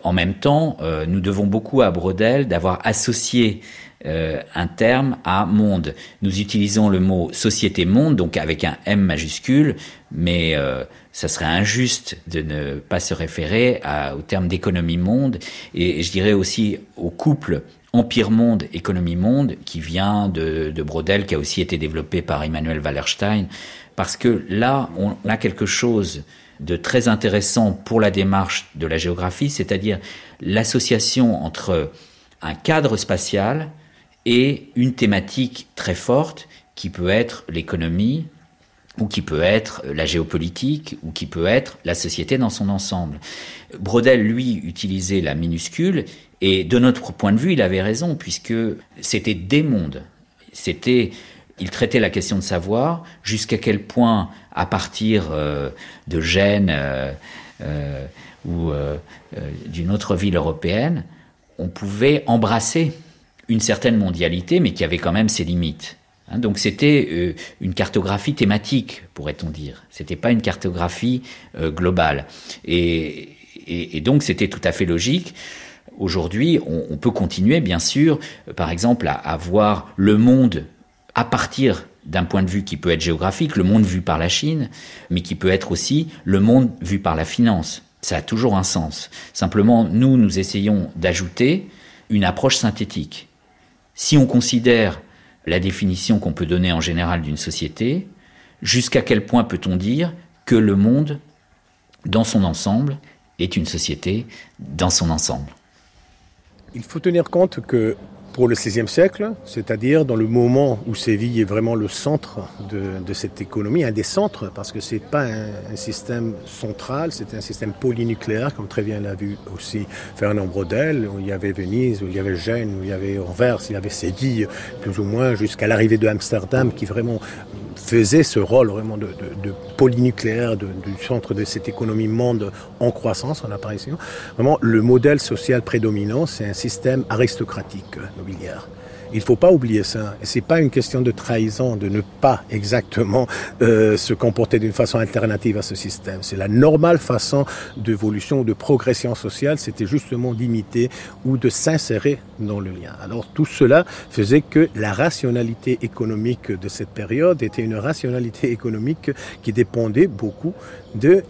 En même temps, nous devons beaucoup à Braudel d'avoir associé un terme à monde. Nous utilisons le mot société-monde, donc avec un M majuscule, mais ça serait injuste de ne pas se référer au terme d'économie-monde, et je dirais aussi au couple Empire-monde, économie-monde, qui vient de Braudel, qui a aussi été développé par Immanuel Wallerstein, parce que là, on a quelque chose de très intéressant pour la démarche de la géographie, c'est-à-dire l'association entre un cadre spatial et une thématique très forte qui peut être l'économie, ou qui peut être la géopolitique, ou qui peut être la société dans son ensemble. Braudel, lui, utilisait la minuscule, et de notre point de vue, il avait raison, puisque c'était des mondes. Il traitait la question de savoir jusqu'à quel point, à partir de Gênes ou d'une autre ville européenne, on pouvait embrasser une certaine mondialité, mais qui avait quand même ses limites. Donc c'était une cartographie thématique, pourrait-on dire. C'était pas une cartographie globale. Et donc c'était tout à fait logique. Aujourd'hui, on peut continuer, bien sûr, par exemple, à voir le monde à partir d'un point de vue qui peut être géographique, le monde vu par la Chine, mais qui peut être aussi le monde vu par la finance. Ça a toujours un sens. Simplement, nous essayons d'ajouter une approche synthétique. Si on considère la définition qu'on peut donner en général d'une société, jusqu'à quel point peut-on dire que le monde, dans son ensemble, est une société dans son ensemble? Il faut tenir compte que pour le XVIe siècle, c'est-à-dire dans le moment où Séville est vraiment le centre de cette économie, un des centres, parce que c'est pas un système central, c'est un système polynucléaire, comme très bien l'a vu aussi Fernand Braudel, où il y avait Venise, où il y avait Gênes, où il y avait Anvers, il y avait Séville, plus ou moins jusqu'à l'arrivée de Amsterdam, qui vraiment faisait ce rôle vraiment de polynucléaire, du centre de cette économie monde en croissance, en apparition. Vraiment, le modèle social prédominant, c'est un système aristocratique nobiliaire. Il ne faut pas oublier ça. Et c'est pas une question de trahison, de ne pas exactement se comporter d'une façon alternative à ce système. C'est la normale façon d'évolution ou de progression sociale, c'était justement d'imiter ou de s'insérer dans le lien. Alors tout cela faisait que la rationalité économique de cette période était une rationalité économique qui dépendait beaucoup de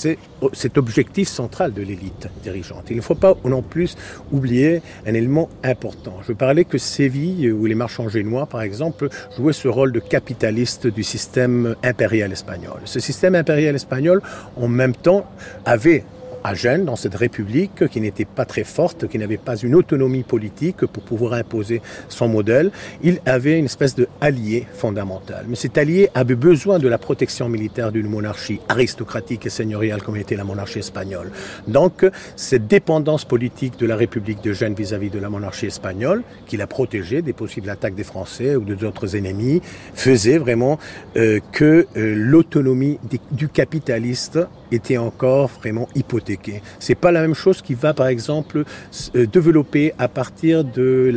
cet objectif central de l'élite dirigeante. Il ne faut pas non plus oublier un élément important. Je parlais que Séville, où les marchands génois, par exemple, jouaient ce rôle de capitaliste du système impérial espagnol. Ce système impérial espagnol, en même temps, avait à Gênes, dans cette république qui n'était pas très forte, qui n'avait pas une autonomie politique pour pouvoir imposer son modèle, il avait une espèce de allié fondamental. Mais cet allié avait besoin de la protection militaire d'une monarchie aristocratique et seigneuriale comme était la monarchie espagnole. Donc, cette dépendance politique de la République de Gênes vis-à-vis de la monarchie espagnole, qui la protégeait des possibles attaques des Français ou d'autres ennemis, faisait vraiment que l'autonomie du capitaliste était encore vraiment hypothéquée. C'est pas la même chose qui va, par exemple, développer à partir de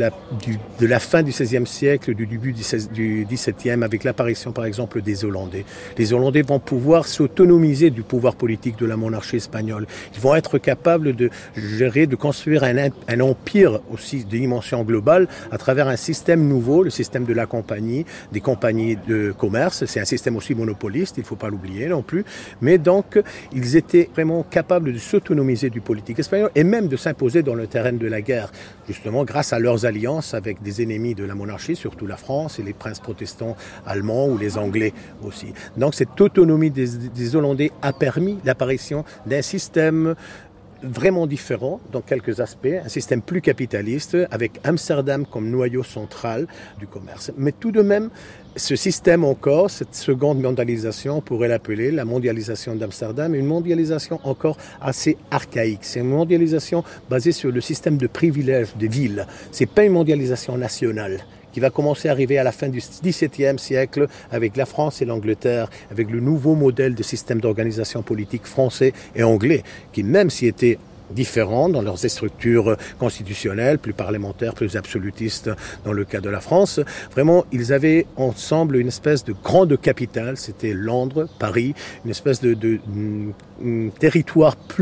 la fin du XVIe siècle, du début du XVIIe, avec l'apparition, par exemple, des Hollandais. Les Hollandais vont pouvoir s'autonomiser du pouvoir politique de la monarchie espagnole. Ils vont être capables de gérer, de construire un empire aussi de dimension globale à travers un système nouveau, le système de la compagnie, des compagnies de commerce. C'est un système aussi monopoliste, il ne faut pas l'oublier non plus. Mais donc, ils étaient vraiment capables de s'autonomiser du politique espagnol et même de s'imposer dans le terrain de la guerre, justement grâce à leurs alliances avec des ennemis de la monarchie, surtout la France et les princes protestants allemands ou les Anglais aussi. Donc cette autonomie des Hollandais a permis l'apparition d'un système vraiment différent dans quelques aspects, un système plus capitaliste avec Amsterdam comme noyau central du commerce. Mais tout de même, ce système encore, cette seconde mondialisation, on pourrait l'appeler la mondialisation d'Amsterdam, une mondialisation encore assez archaïque. C'est une mondialisation basée sur le système de privilèges des villes. C'est pas une mondialisation nationale qui va commencer à arriver à la fin du XVIIe siècle avec la France et l'Angleterre, avec le nouveau modèle de système d'organisation politique français et anglais, qui même s'y était différents dans leurs structures constitutionnelles, plus parlementaires, plus absolutistes dans le cas de la France. Vraiment, ils avaient ensemble une espèce de grande capitale, c'était Londres, Paris, une espèce de territoire plus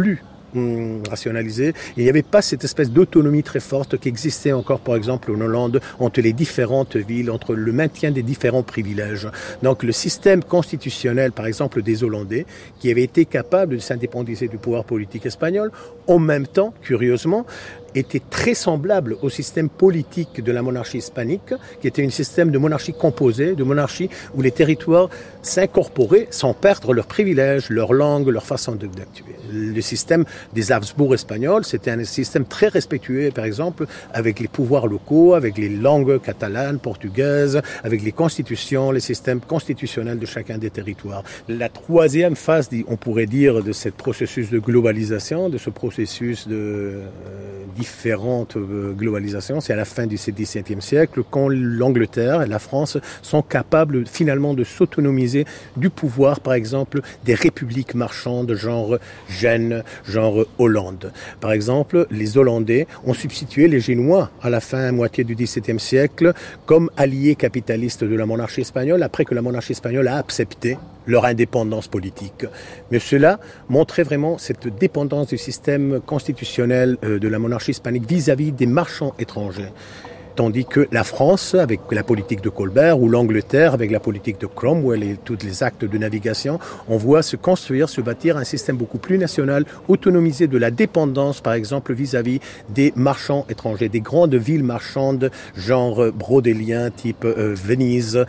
rationalisé. Il n'y avait pas cette espèce d'autonomie très forte qui existait encore, par exemple, en Hollande, entre les différentes villes, entre le maintien des différents privilèges. Donc le système constitutionnel, par exemple, des Hollandais, qui avait été capable de s'indépendiser du pouvoir politique espagnol, en même temps, curieusement, était très semblable au système politique de la monarchie hispanique, qui était un système de monarchie composée, de monarchie où les territoires s'incorporaient sans perdre leurs privilèges, leur langue, leur façon d'actuer. Le système des Habsbourg espagnols, c'était un système très respectueux, par exemple, avec les pouvoirs locaux, avec les langues catalanes, portugaises, avec les constitutions, les systèmes constitutionnels de chacun des territoires. La troisième phase, on pourrait dire, de ce processus de globalisation, de ce processus de différentes globalisations, c'est à la fin du XVIIe siècle, quand l'Angleterre et la France sont capables finalement de s'autonomiser du pouvoir, par exemple, des républiques marchandes genre Gênes, genre Hollande. Par exemple, les Hollandais ont substitué les Génois à la fin moitié du XVIIe siècle comme alliés capitalistes de la monarchie espagnole, après que la monarchie espagnole a accepté leur indépendance politique. Mais cela montrait vraiment cette dépendance du système constitutionnel de la monarchie hispanique vis-à-vis des marchands étrangers. Tandis que la France, avec la politique de Colbert, ou l'Angleterre, avec la politique de Cromwell et tous les actes de navigation, on voit se construire, se bâtir un système beaucoup plus national, autonomisé de la dépendance, par exemple, vis-à-vis des marchands étrangers, des grandes villes marchandes, genre brodélien, type Venise,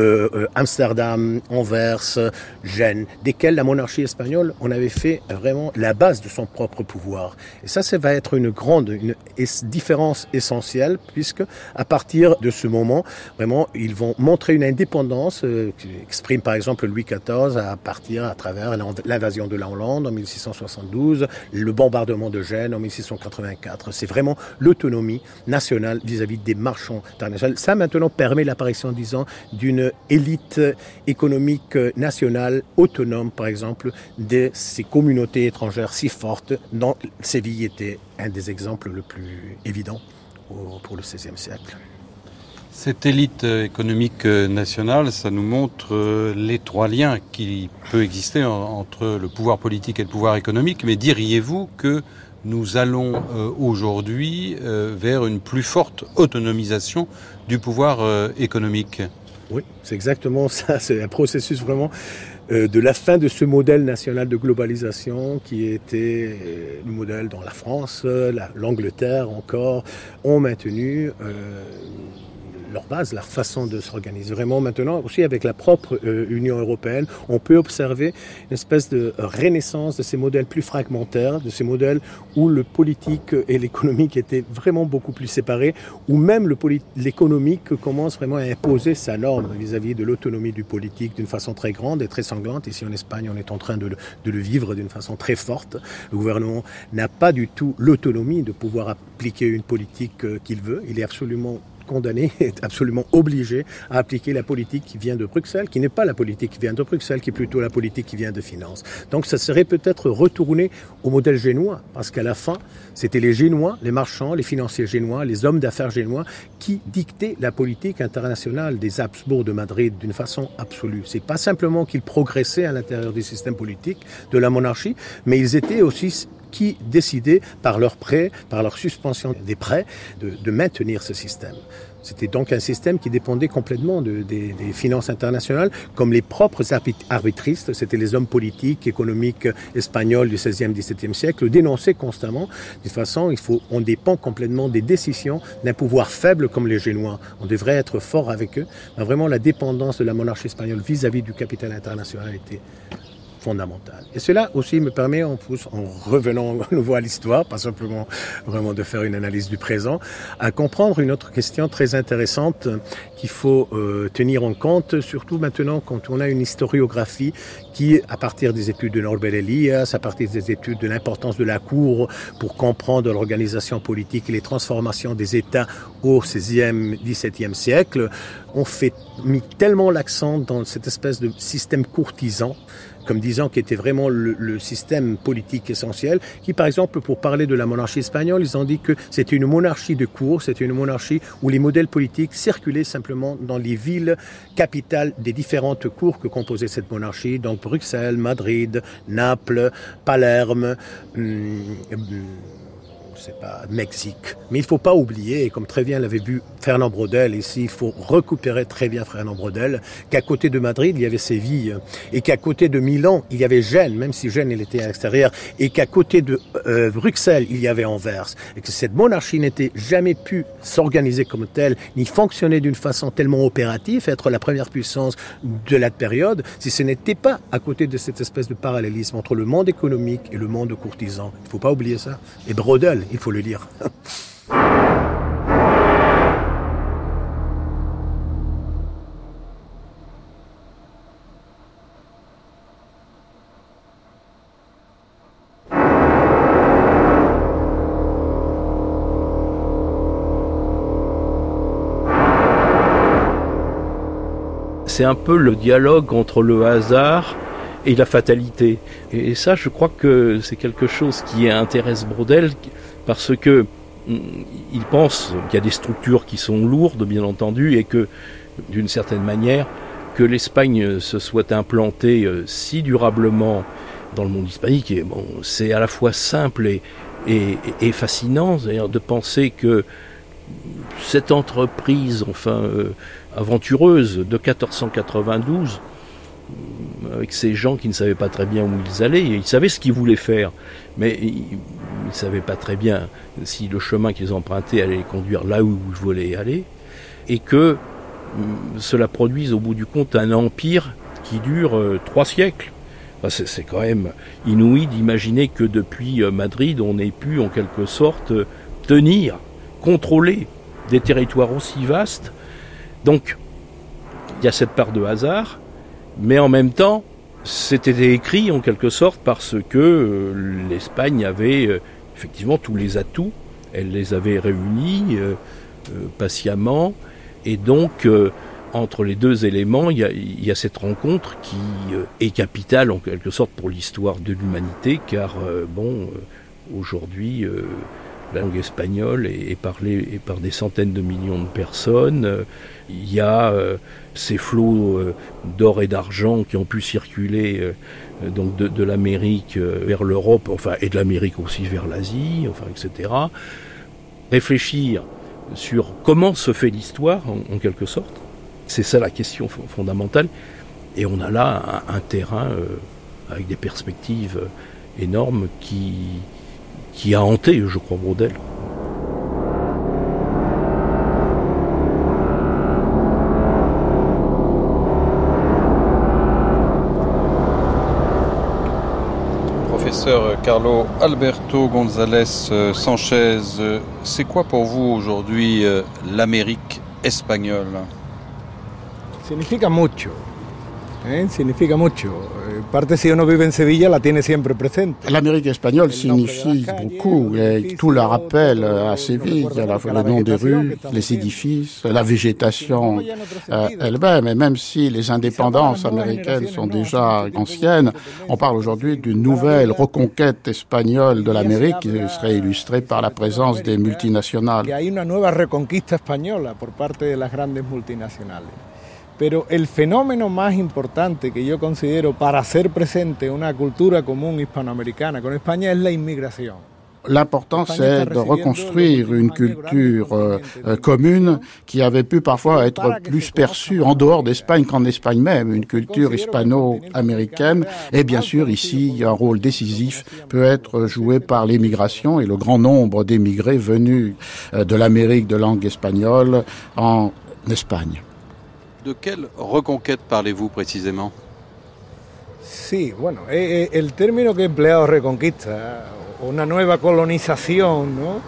Amsterdam, Anvers, Gênes, desquelles la monarchie espagnole, on avait fait vraiment la base de son propre pouvoir. Et ça va être une différence essentielle, puisque à partir de ce moment, vraiment, ils vont montrer une indépendance qu'exprime par exemple Louis XIV à travers l'invasion de la Hollande en 1672, le bombardement de Gênes en 1684. C'est vraiment l'autonomie nationale vis-à-vis des marchands internationaux. Ça maintenant permet l'apparition, disons, d'une élite économique nationale autonome, par exemple, de ces communautés étrangères si fortes dont Séville était un des exemples le plus évidents pour le XVIe siècle. Cette élite économique nationale, ça nous montre l'étroit lien qui peut exister entre le pouvoir politique et le pouvoir économique. Mais diriez-vous que nous allons aujourd'hui vers une plus forte autonomisation du pouvoir économique ? Oui, c'est exactement ça. C'est un processus vraiment de la fin de ce modèle national de globalisation qui était le modèle dont la France, l'Angleterre encore ont maintenu leur base, leur façon de s'organiser. Vraiment maintenant, aussi avec la propre Union européenne, on peut observer une espèce de renaissance de ces modèles plus fragmentaires, de ces modèles où le politique et l'économique étaient vraiment beaucoup plus séparés, où même l'économique commence vraiment à imposer sa norme vis-à-vis de l'autonomie du politique d'une façon très grande et très sanglante. Ici en Espagne, on est en train de le vivre d'une façon très forte. Le gouvernement n'a pas du tout l'autonomie de pouvoir appliquer une politique qu'il veut. Il est absolument condamné, est absolument obligé à appliquer la politique qui vient de Bruxelles, qui n'est pas la politique qui vient de Bruxelles, qui est plutôt la politique qui vient de finances. Donc ça serait peut-être retourné au modèle génois, parce qu'à la fin, c'était les Génois, les marchands, les financiers génois, les hommes d'affaires génois qui dictaient la politique internationale des Habsbourg de Madrid d'une façon absolue. C'est pas simplement qu'ils progressaient à l'intérieur du système politique de la monarchie, mais ils étaient aussi qui décidaient par leurs prêts, par leur suspension des prêts, de maintenir ce système. C'était donc un système qui dépendait complètement des finances internationales, comme les propres arbitristes, c'était les hommes politiques, économiques espagnols du XVIe, XVIIe siècle, dénonçaient constamment. De toute façon, on dépend complètement des décisions d'un pouvoir faible comme les Génois. On devrait être fort avec eux. Mais vraiment, la dépendance de la monarchie espagnole vis-à-vis du capital international était fondamentale. Et cela aussi me permet, en revenant à nouveau à l'histoire, pas simplement vraiment de faire une analyse du présent, à comprendre une autre question très intéressante qu'il faut tenir en compte, surtout maintenant quand on a une historiographie qui, à partir des études de Norbert Elias, à partir des études de l'importance de la Cour pour comprendre l'organisation politique et les transformations des États au XVIe, XVIIe siècle, on mis tellement l'accent dans cette espèce de système courtisan, comme disant qu'il était vraiment le système politique essentiel, qui par exemple, pour parler de la monarchie espagnole, ils ont dit que c'était une monarchie de cour, c'était une monarchie où les modèles politiques circulaient simplement dans les villes capitales des différentes cours que composait cette monarchie, donc donc Bruxelles, Madrid, Naples, Palerme, Mexique. Mais il ne faut pas oublier, comme très bien l'avait vu Fernand Braudel ici, il faut récupérer très bien Fernand Braudel, qu'à côté de Madrid, il y avait Séville, et qu'à côté de Milan, il y avait Gênes, même si Gênes, il était à l'extérieur, et qu'à côté de Bruxelles, il y avait Anvers, et que cette monarchie n'était jamais pu s'organiser comme telle, ni fonctionner d'une façon tellement opérative, être la première puissance de la période, si ce n'était pas à côté de cette espèce de parallélisme entre le monde économique et le monde courtisan. Il ne faut pas oublier ça. Et Braudel, il faut le lire. C'est un peu le dialogue entre le hasard et la fatalité. Et ça, je crois que c'est quelque chose qui intéresse Braudel, parce que il pense qu'il y a des structures qui sont lourdes, bien entendu, et que, d'une certaine manière, que l'Espagne se soit implantée si durablement dans le monde hispanique, et bon, c'est à la fois simple et fascinant, c'est-à-dire de penser que cette entreprise, aventureuse de 1492, avec ces gens qui ne savaient pas très bien où ils allaient, ils savaient ce qu'ils voulaient faire, mais ils ne savaient pas très bien si le chemin qu'ils empruntaient allait les conduire là où ils voulaient aller, et que cela produise au bout du compte un empire qui dure 3 siècles. Enfin, c'est quand même inouï d'imaginer que depuis Madrid, on ait pu en quelque sorte tenir, contrôler des territoires aussi vastes. Donc, il y a cette part de hasard, mais en même temps, c'était écrit en quelque sorte parce que l'Espagne avait effectivement tous les atouts, elle les avait réunis patiemment, et donc entre les deux éléments, il y a cette rencontre qui est capitale en quelque sorte pour l'histoire de l'humanité, car aujourd'hui, la langue espagnole est parlée par des centaines de millions de personnes. Il y a ces flots d'or et d'argent qui ont pu circuler donc de l'Amérique vers l'Europe, et de l'Amérique aussi vers l'Asie, etc. Réfléchir sur comment se fait l'histoire, en quelque sorte, c'est ça la question fondamentale. Et on a là un terrain avec des perspectives énormes qui a hanté, je crois, Braudel. Professeur Carlo Alberto González Sánchez, c'est quoi pour vous aujourd'hui l'Amérique espagnole? Significa mucho. Significa mucho. Parte si uno vive en Sevilla la tiene siempre presente. L'Amérique espagnole signifie beaucoup et tout le rappelle à Séville, le nom des rues, les édifices, la végétation elle-même. Et même si les indépendances américaines sont déjà anciennes, on parle aujourd'hui d'une nouvelle reconquête espagnole de l'Amérique qui serait illustrée par la présence des multinationales. Il y a une nueva reconquista española por parte de las grandes multinacionales. Pero el fenómeno más importante que yo considero para hacer presente una cultura común hispanoamericana con España es la inmigración. L'important, c'est de reconstruire une culture commune qui avait pu parfois être plus perçue en dehors d'Espagne qu'en Espagne même, une culture hispano-américaine. Et bien sûr, ici, un rôle décisif peut être joué par l'émigration et le grand nombre d'émigrés venus de l'Amérique de langue espagnole en Espagne. De quelle reconquête parlez-vous précisément? Sí, bueno, el término que he empleado es reconquista, una nueva colonización, ¿no?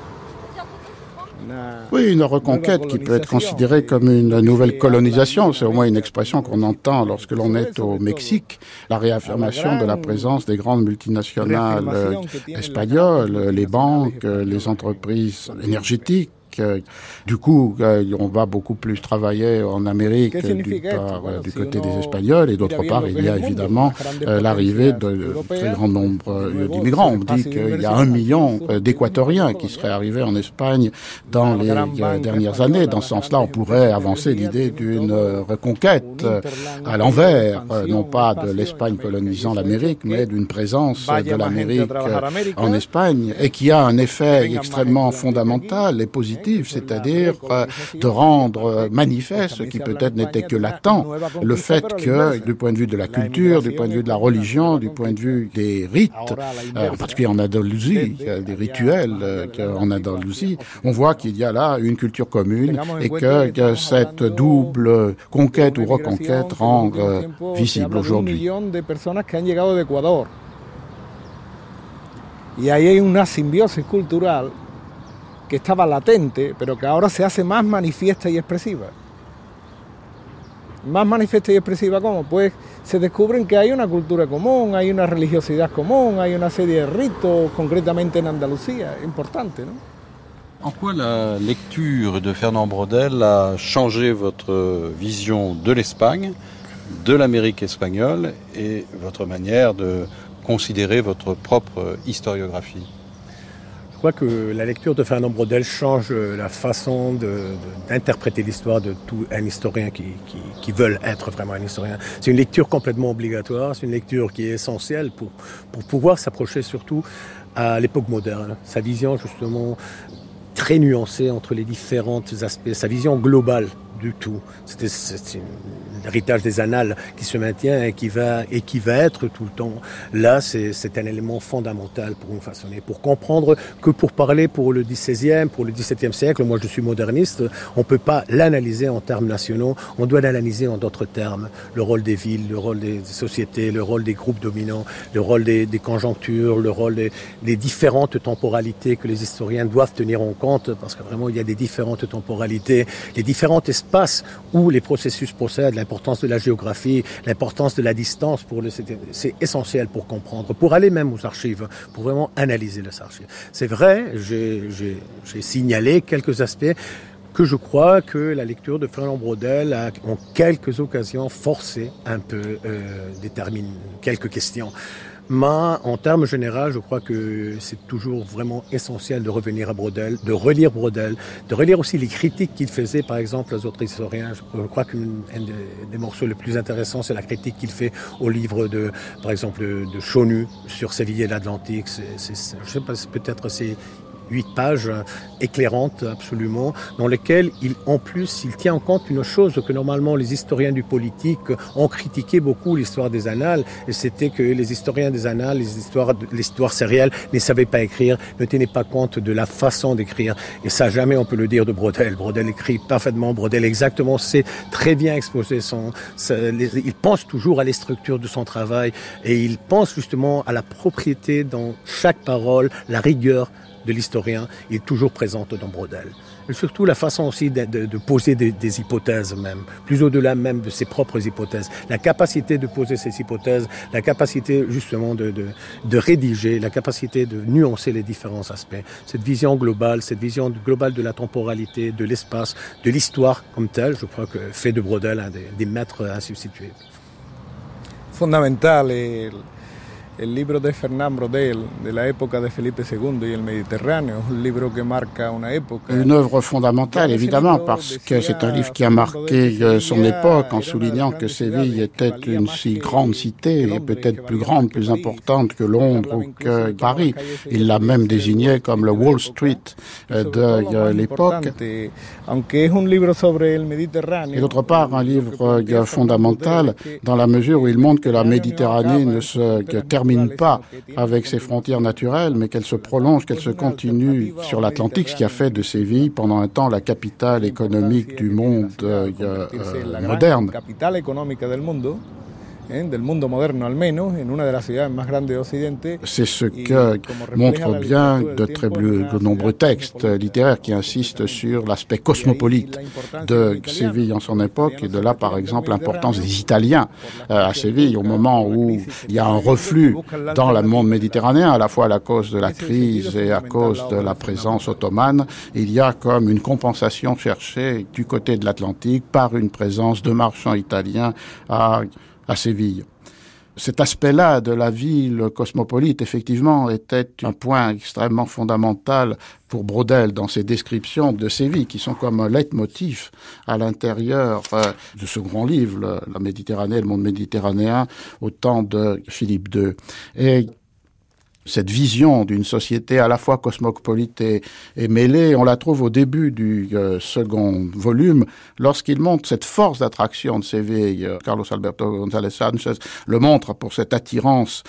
Oui, une reconquête qui peut être considérée comme une nouvelle colonisation, c'est au moins une expression qu'on entend lorsque l'on est au Mexique, la réaffirmation de la présence des grandes multinationales espagnoles, les banques, les entreprises énergétiques, Du coup, on va beaucoup plus travailler en Amérique du côté des Espagnols, et d'autre part, il y a évidemment l'arrivée de très grand nombre d'immigrants. On dit qu'il y a 1 million d'Équatoriens qui seraient arrivés en Espagne dans les dernières années. Dans ce sens-là, on pourrait avancer l'idée d'une reconquête à l'envers, non pas de l'Espagne colonisant l'Amérique, mais d'une présence de l'Amérique en Espagne, et qui a un effet extrêmement fondamental et positif, c'est-à-dire de rendre manifeste, ce qui peut-être n'était que latent, le fait que, du point de vue de la culture, du point de vue de la religion, du point de vue des rites, en particulier en Andalousie, des rituels en Andalousie, on voit qu'il y a là une culture commune et que cette double conquête ou reconquête rend visible aujourd'hui. Y ahí hay una simbiosis cultural que estaba latente, pero que ahora se hace más manifiesta y expresiva. Más manifiesta y expresiva, ¿cómo? Pues se descubren que hay una cultura común, hay una religiosidad común, hay una serie de ritos, concretamente en Andalucía, importante, ¿no? En quoi la lecture de Fernand Braudel a changé votre vision de l'Espagne, de l'Amérique espagnole et votre manière de considérer votre propre historiographie? Je crois que la lecture de Fernand Braudel change la façon d'interpréter l'histoire de tout un historien qui veut être vraiment un historien. C'est une lecture complètement obligatoire, c'est une lecture qui est essentielle pour pouvoir s'approcher surtout à l'époque moderne. Sa vision justement très nuancée entre les différents aspects, sa vision globale du tout. C'est l'héritage des annales qui se maintient et qui va être tout le temps. Là, c'est un élément fondamental pour nous façonner, pour comprendre que pour parler pour le XVIe, pour le XVIIe siècle, moi je suis moderniste, on peut pas l'analyser en termes nationaux, on doit l'analyser en d'autres termes. Le rôle des villes, le rôle des sociétés, le rôle des groupes dominants, le rôle des conjonctures, le rôle des différentes temporalités que les historiens doivent tenir en compte, parce que vraiment il y a des différentes temporalités, les différentes espaces où les processus procèdent, l'importance de la géographie, l'importance de la distance, c'est essentiel pour comprendre, pour aller même aux archives, pour vraiment analyser les archives. C'est vrai, j'ai signalé quelques aspects que je crois que la lecture de Fernand Braudel a en quelques occasions forcé un peu détermine quelques questions. Mais en termes généraux, je crois que c'est toujours vraiment essentiel de revenir à Braudel, de relire aussi les critiques qu'il faisait, par exemple, aux autres historiens. Je crois qu'un des morceaux les plus intéressants, c'est la critique qu'il fait au livre par exemple, de Chonu sur Séville et l'Atlantique. Je sais pas, peut-être c'est 8 pages éclairantes absolument, dans lesquelles il tient en compte une chose que normalement les historiens du politique ont critiqué beaucoup l'histoire des annales, et c'était que les historiens des annales, l'histoire sérielle, ne savaient pas écrire, ne tenaient pas compte de la façon d'écrire. Et ça, jamais on peut le dire de Braudel. Braudel écrit parfaitement, Braudel exactement sait très bien exposer il pense toujours à les structures de son travail, et il pense justement à la propriété dans chaque parole, la rigueur de l'historien est toujours présente dans Braudel. Et surtout la façon aussi de poser des hypothèses même, plus au-delà même de ses propres hypothèses. La capacité de poser ces hypothèses, la capacité justement de rédiger, la capacité de nuancer les différents aspects. Cette vision globale de la temporalité, de l'espace, de l'histoire comme telle, je crois que fait de Braudel un des maîtres insubstituables. Fondamental El libro de Fernand Braudel, de la época de Felipe II y el Mediterráneo, un libro que marca una época. Une œuvre fondamentale, évidemment, parce que c'est un livre qui a marqué son époque en soulignant que Séville était une si grande cité, et peut-être plus grande, plus importante que Londres ou que Paris. Il l'a même désigné comme le Wall Street de l'époque. Et d'autre part, un livre fondamental dans la mesure où il montre que la Méditerranée ne se termine pas avec ses frontières naturelles, mais qu'elle se prolonge, qu'elle se continue sur l'Atlantique, ce qui a fait de Séville pendant un temps la capitale économique du monde moderne. del mundo moderno al menos, en una de las ciudades más grandes de Occidente. C'est ce que montrent bien de très nombreux textes littéraires qui insistent sur l'aspect cosmopolite de Séville en son époque, et de là par exemple l'importance des Italiens à Séville au moment où il y a un reflux dans le monde méditerranéen, à la fois à cause de la crise et à cause de la présence ottomane. Il y a comme une compensation cherchée du côté de l'Atlantique par une présence de marchands italiens à Séville. Cet aspect-là de la ville cosmopolite, effectivement, était un point extrêmement fondamental pour Braudel dans ses descriptions de Séville, qui sont comme un leitmotiv à l'intérieur de ce grand livre, La Méditerranée, le monde méditerranéen, au temps de Philippe II. Et cette vision d'une société à la fois cosmopolite et mêlée, on la trouve au début du second volume, lorsqu'il montre cette force d'attraction de Séville. Carlos Alberto González Sánchez le montre pour cette attirance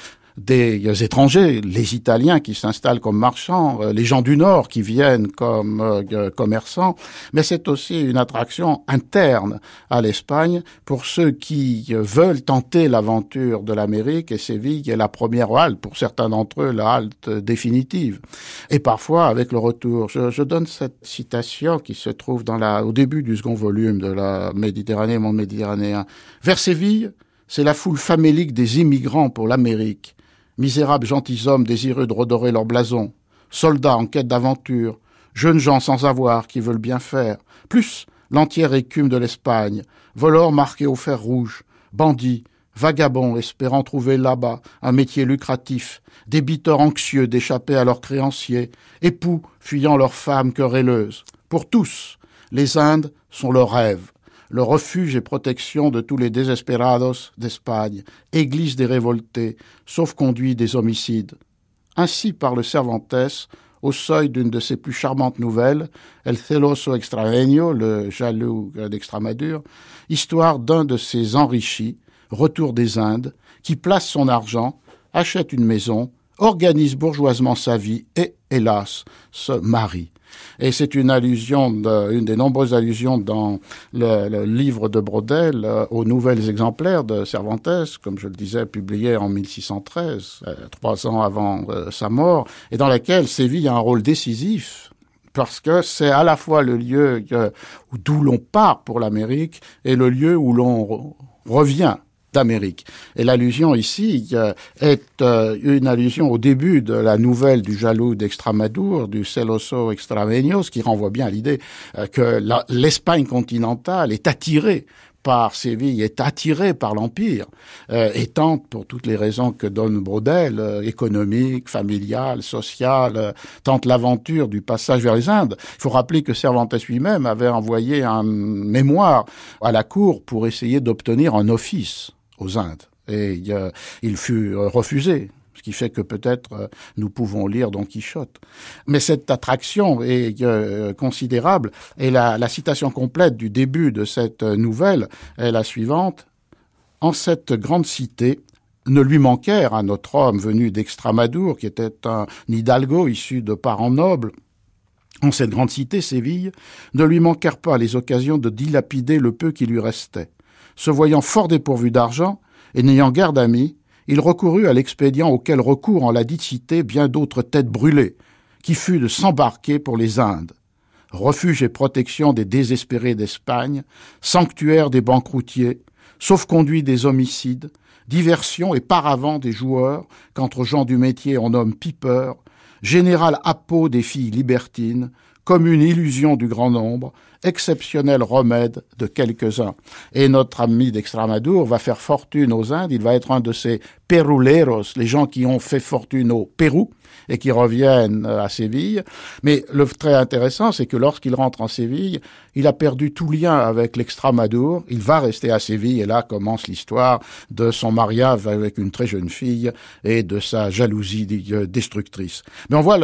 des étrangers, les Italiens qui s'installent comme marchands, les gens du Nord qui viennent comme commerçants, mais c'est aussi une attraction interne à l'Espagne pour ceux qui veulent tenter l'aventure de l'Amérique, et Séville est la première halte, pour certains d'entre eux la halte définitive. Et parfois avec le retour, je donne cette citation qui se trouve au début du second volume de la Méditerranée, monde méditerranéen. Vers Séville, c'est la foule famélique des immigrants pour l'Amérique. Misérables gentilshommes désireux de redorer leur blason, soldats en quête d'aventure, jeunes gens sans avoir qui veulent bien faire, plus l'entière écume de l'Espagne, voleurs marqués au fer rouge, bandits, vagabonds espérant trouver là-bas un métier lucratif, débiteurs anxieux d'échapper à leurs créanciers, époux fuyant leurs femmes querelleuses. Pour tous, les Indes sont leur rêve, le refuge et protection de tous les désesperados d'Espagne, église des révoltés, sauf-conduit des homicides. Ainsi parle Cervantes, au seuil d'une de ses plus charmantes nouvelles, El celoso extraveño, le jaloux d'Extremadure, histoire d'un de ses enrichis, retour des Indes, qui place son argent, achète une maison, organise bourgeoisement sa vie et, hélas, se marie. Et c'est une allusion, une des nombreuses allusions dans le livre de Braudel aux nouvelles exemplaires de Cervantes, comme je le disais, publié en 1613, 3 ans avant sa mort, et dans laquelle Séville a un rôle décisif, parce que c'est à la fois le lieu d'où l'on part pour l'Amérique et le lieu où l'on revient d'Amérique. Et l'allusion ici est une allusion au début de la nouvelle du jaloux d'Extramadour, du celoso extraveño, qui renvoie bien à l'idée que l'Espagne continentale est attirée par Séville, est attirée par l'Empire, et tente, pour toutes les raisons que donne Braudel, économique, familiale, sociale, tente l'aventure du passage vers les Indes. Il faut rappeler que Cervantes lui-même avait envoyé un mémoire à la cour pour essayer d'obtenir un office aux Indes. Et il fut refusé, ce qui fait que peut-être nous pouvons lire Don Quichotte. Mais cette attraction est considérable, et la citation complète du début de cette nouvelle est la suivante. En cette grande cité, ne lui manquèrent à notre homme venu d'Extramadour, qui était un hidalgo issu de parents nobles, en cette grande cité, Séville, ne lui manquèrent pas les occasions de dilapider le peu qui lui restait. Se voyant fort dépourvu d'argent et n'ayant guère d'amis, il recourut à l'expédient auquel recourent en la dite cité bien d'autres têtes brûlées, qui fut de s'embarquer pour les Indes. Refuge et protection des désespérés d'Espagne, sanctuaire des banqueroutiers, sauf-conduit des homicides, diversion et paravent des joueurs, qu'entre gens du métier on nomme pipeurs, général appôt des filles libertines, commune illusion du grand nombre, exceptionnel remède de quelques-uns. Et notre ami d'Extramadour va faire fortune aux Indes, il va être un de ces peruleros, les gens qui ont fait fortune au Pérou et qui reviennent à Séville. Mais le très intéressant, c'est que lorsqu'il rentre en Séville, il a perdu tout lien avec l'Extramadour, il va rester à Séville, et là commence l'histoire de son mariage avec une très jeune fille et de sa jalousie destructrice. Mais on voit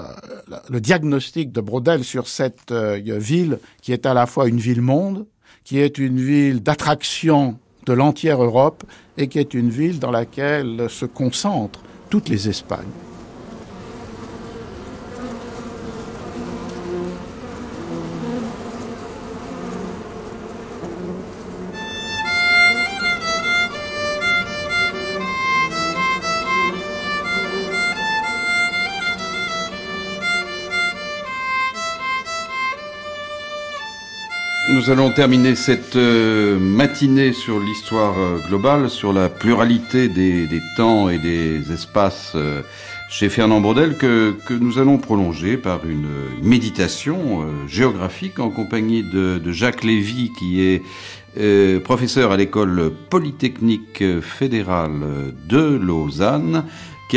le diagnostic de Braudel sur cette ville qui est à la fois une ville-monde, qui est une ville d'attraction de l'entière Europe et qui est une ville dans laquelle se concentrent toutes les Espagnes. Nous allons terminer cette matinée sur l'histoire globale, sur la pluralité des temps et des espaces chez Fernand Braudel, que nous allons prolonger par une méditation géographique en compagnie de Jacques Lévy, qui est professeur à l'école polytechnique fédérale de Lausanne, qui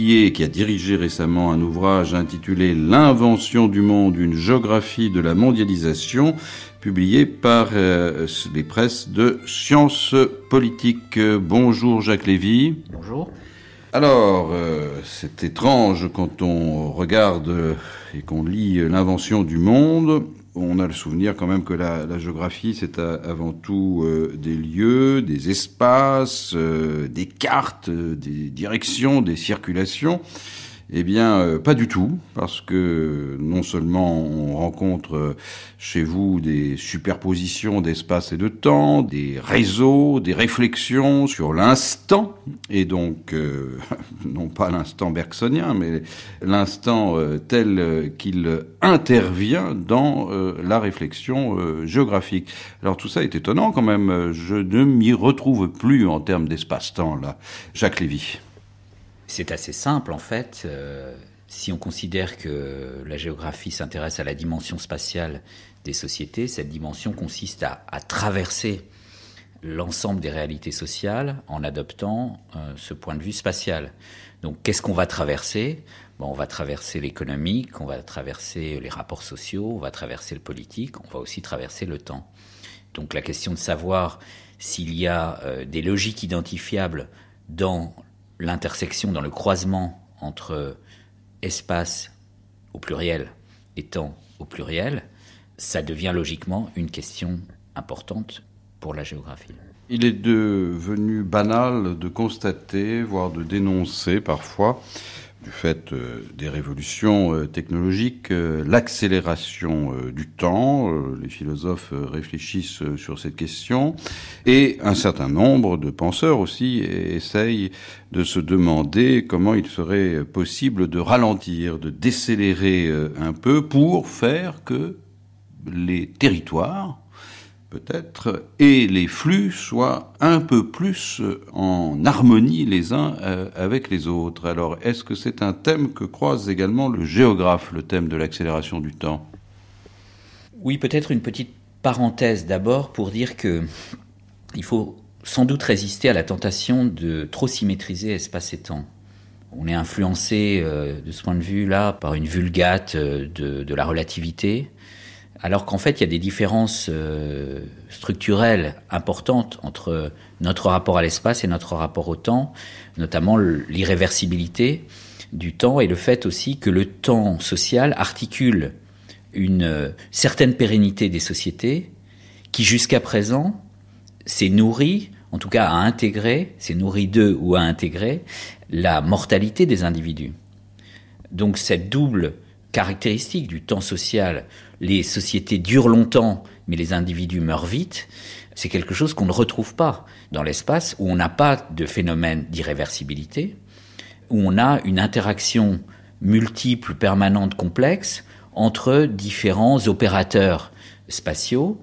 a dirigé récemment un ouvrage intitulé « L'invention du monde, une géographie de la mondialisation », publié par les presses de Sciences politiques. Bonjour Jacques Lévy. Bonjour. Alors, c'est étrange quand on regarde et qu'on lit l'invention du monde. On a le souvenir quand même que la géographie, c'est avant tout des lieux, des espaces, des cartes, des directions, des circulations. Eh bien, pas du tout, parce que non seulement on rencontre chez vous des superpositions d'espace et de temps, des réseaux, des réflexions sur l'instant, et donc, non pas l'instant bergsonien, mais l'instant tel qu'il intervient dans la réflexion géographique. Alors tout ça est étonnant quand même, je ne m'y retrouve plus en termes d'espace-temps, là. Jacques Lévy. C'est assez simple en fait. Si on considère que la géographie s'intéresse à la dimension spatiale des sociétés, cette dimension consiste à traverser l'ensemble des réalités sociales en adoptant ce point de vue spatial. Donc qu'est-ce qu'on va traverser ? On va traverser l'économique, on va traverser les rapports sociaux, on va traverser le politique, on va aussi traverser le temps. Donc la question de savoir s'il y a des logiques identifiables dans l'intersection, dans le croisement entre espace au pluriel et temps au pluriel, ça devient logiquement une question importante pour la géographie. Il est devenu banal de constater, voire de dénoncer parfois, du fait des révolutions technologiques, l'accélération du temps. Les philosophes réfléchissent sur cette question. Et un certain nombre de penseurs aussi essayent de se demander comment il serait possible de ralentir, de décélérer un peu pour faire que les territoires, peut-être, et les flux soient un peu plus en harmonie les uns avec les autres. Alors, est-ce que c'est un thème que croise également le géographe, le thème de l'accélération du temps ? Oui, peut-être une petite parenthèse d'abord pour dire que il faut sans doute résister à la tentation de trop symétriser espace et temps. On est influencé de ce point de vue-là par une vulgate de la relativité, alors qu'en fait, il y a des différences structurelles importantes entre notre rapport à l'espace et notre rapport au temps, notamment l'irréversibilité du temps et le fait aussi que le temps social articule une certaine pérennité des sociétés qui, jusqu'à présent, s'est nourrie, en tout cas s'est nourrie d'eux ou a intégré la mortalité des individus. Donc cette double caractéristique du temps social, les sociétés durent longtemps, mais les individus meurent vite, c'est quelque chose qu'on ne retrouve pas dans l'espace, où on n'a pas de phénomène d'irréversibilité, où on a une interaction multiple, permanente, complexe, entre différents opérateurs spatiaux,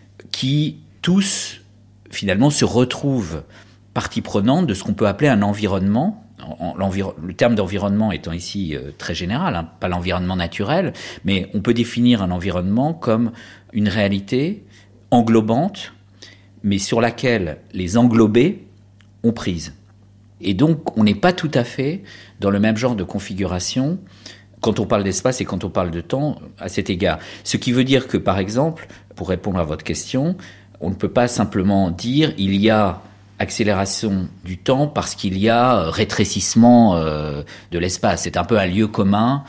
qui tous, finalement, se retrouvent partie prenante de ce qu'on peut appeler un environnement. Le terme d'environnement étant ici très général, pas l'environnement naturel, mais on peut définir un environnement comme une réalité englobante, mais sur laquelle les englobés ont prise. Et donc, on n'est pas tout à fait dans le même genre de configuration quand on parle d'espace et quand on parle de temps à cet égard. Ce qui veut dire que, par exemple, pour répondre à votre question, on ne peut pas simplement dire il y a accélération du temps parce qu'il y a rétrécissement de l'espace. C'est un peu un lieu commun,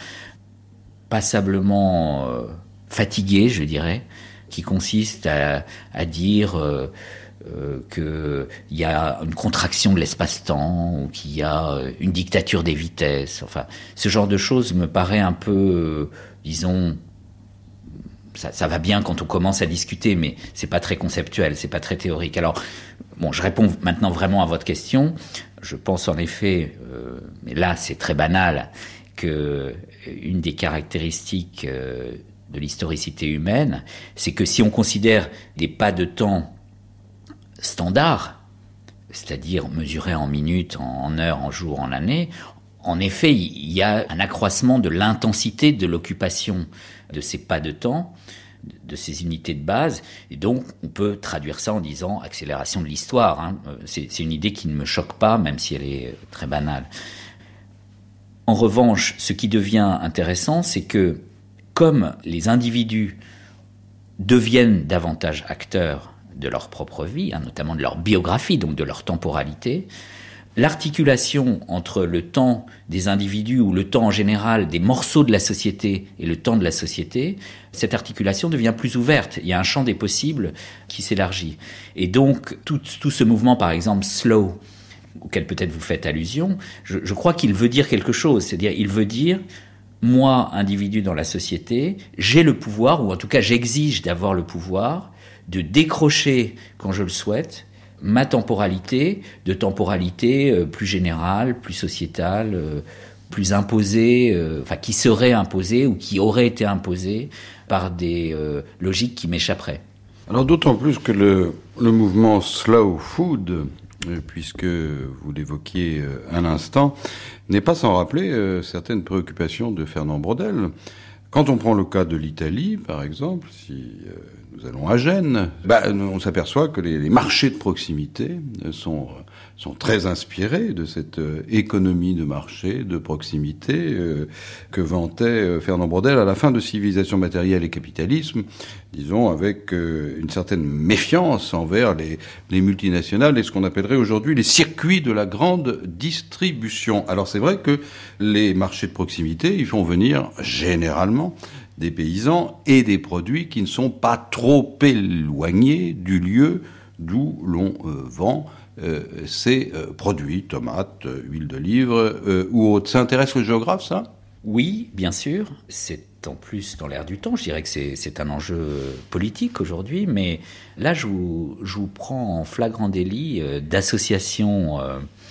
passablement fatigué, je dirais, qui consiste à dire qu'il y a une contraction de l'espace-temps ou qu'il y a une dictature des vitesses. Enfin, ce genre de choses me paraît un peu, disons, ça va bien quand on commence à discuter, mais c'est pas très conceptuel, c'est pas très théorique. Alors, bon, je réponds maintenant vraiment à votre question. Je pense en effet, mais là c'est très banal, que une des caractéristiques de l'historicité humaine, c'est que si on considère des pas de temps standards, c'est-à-dire mesurés en minutes, en heures, en jours, en années, en effet, il y a un accroissement de l'intensité de l'occupation de ces pas de temps, de ces unités de base, et donc on peut traduire ça en disant accélération de l'histoire. Hein. C'est une idée qui ne me choque pas, même si elle est très banale. En revanche, ce qui devient intéressant, c'est que comme les individus deviennent davantage acteurs de leur propre vie, hein, notamment de leur biographie, donc de leur temporalité, l'articulation entre le temps des individus ou le temps en général des morceaux de la société et le temps de la société, cette articulation devient plus ouverte. Il y a un champ des possibles qui s'élargit. Et donc, tout ce mouvement, par exemple, slow, auquel peut-être vous faites allusion, je crois qu'il veut dire quelque chose. C'est-à-dire, il veut dire, moi, individu dans la société, j'ai le pouvoir, ou en tout cas, j'exige d'avoir le pouvoir de décrocher, quand je le souhaite, ma temporalité, de temporalité plus générale, plus sociétale, plus imposée, qui serait imposée ou qui aurait été imposée par des logiques qui m'échapperaient. Alors d'autant plus que le mouvement Slow Food, puisque vous l'évoquiez à l'instant, n'est pas sans rappeler certaines préoccupations de Fernand Braudel. Quand on prend le cas de l'Italie, par exemple, si nous allons à Gênes, on s'aperçoit que les marchés de proximité sont très inspirés de cette économie de marché, de proximité que vantait Fernand Braudel à la fin de Civilisation matérielle et capitalisme, disons avec une certaine méfiance envers les multinationales et ce qu'on appellerait aujourd'hui les circuits de la grande distribution. Alors c'est vrai que les marchés de proximité, ils font venir généralement des paysans et des produits qui ne sont pas trop éloignés du lieu d'où l'on vend ces produits, tomates, huile d'olive ou autres. Ça intéresse le géographe, ça ? Oui, bien sûr. C'est en plus dans l'air du temps. Je dirais que c'est un enjeu politique aujourd'hui, mais là, je vous prends en flagrant délit d'associations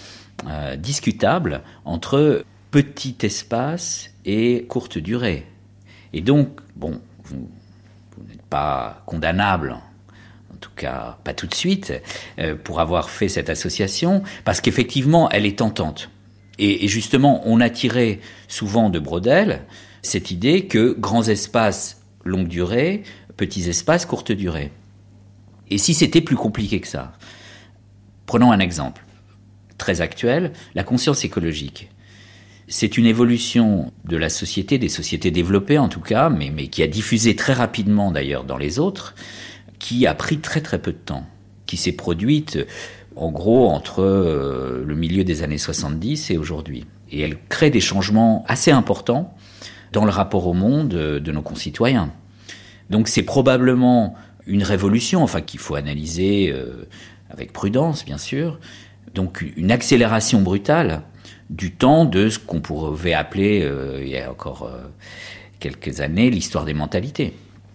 discutables entre petit espace et courte durée. Et donc, vous n'êtes pas condamnable, en tout cas pas tout de suite, pour avoir fait cette association, parce qu'effectivement, elle est tentante. Et justement, on a tiré souvent de Braudel cette idée que grands espaces, longue durée, petits espaces, courte durée. Et si c'était plus compliqué que ça, prenons un exemple très actuel, la conscience écologique. C'est une évolution de la société, des sociétés développées en tout cas, mais qui a diffusé très rapidement d'ailleurs dans les autres, qui a pris très très peu de temps, qui s'est produite en gros entre le milieu des années 70 et aujourd'hui. Et elle crée des changements assez importants dans le rapport au monde de nos concitoyens. Donc c'est probablement une révolution, qu'il faut analyser avec prudence bien sûr, donc une accélération brutale du temps de ce qu'on pouvait appeler, il y a encore quelques années, l'histoire des mentalités.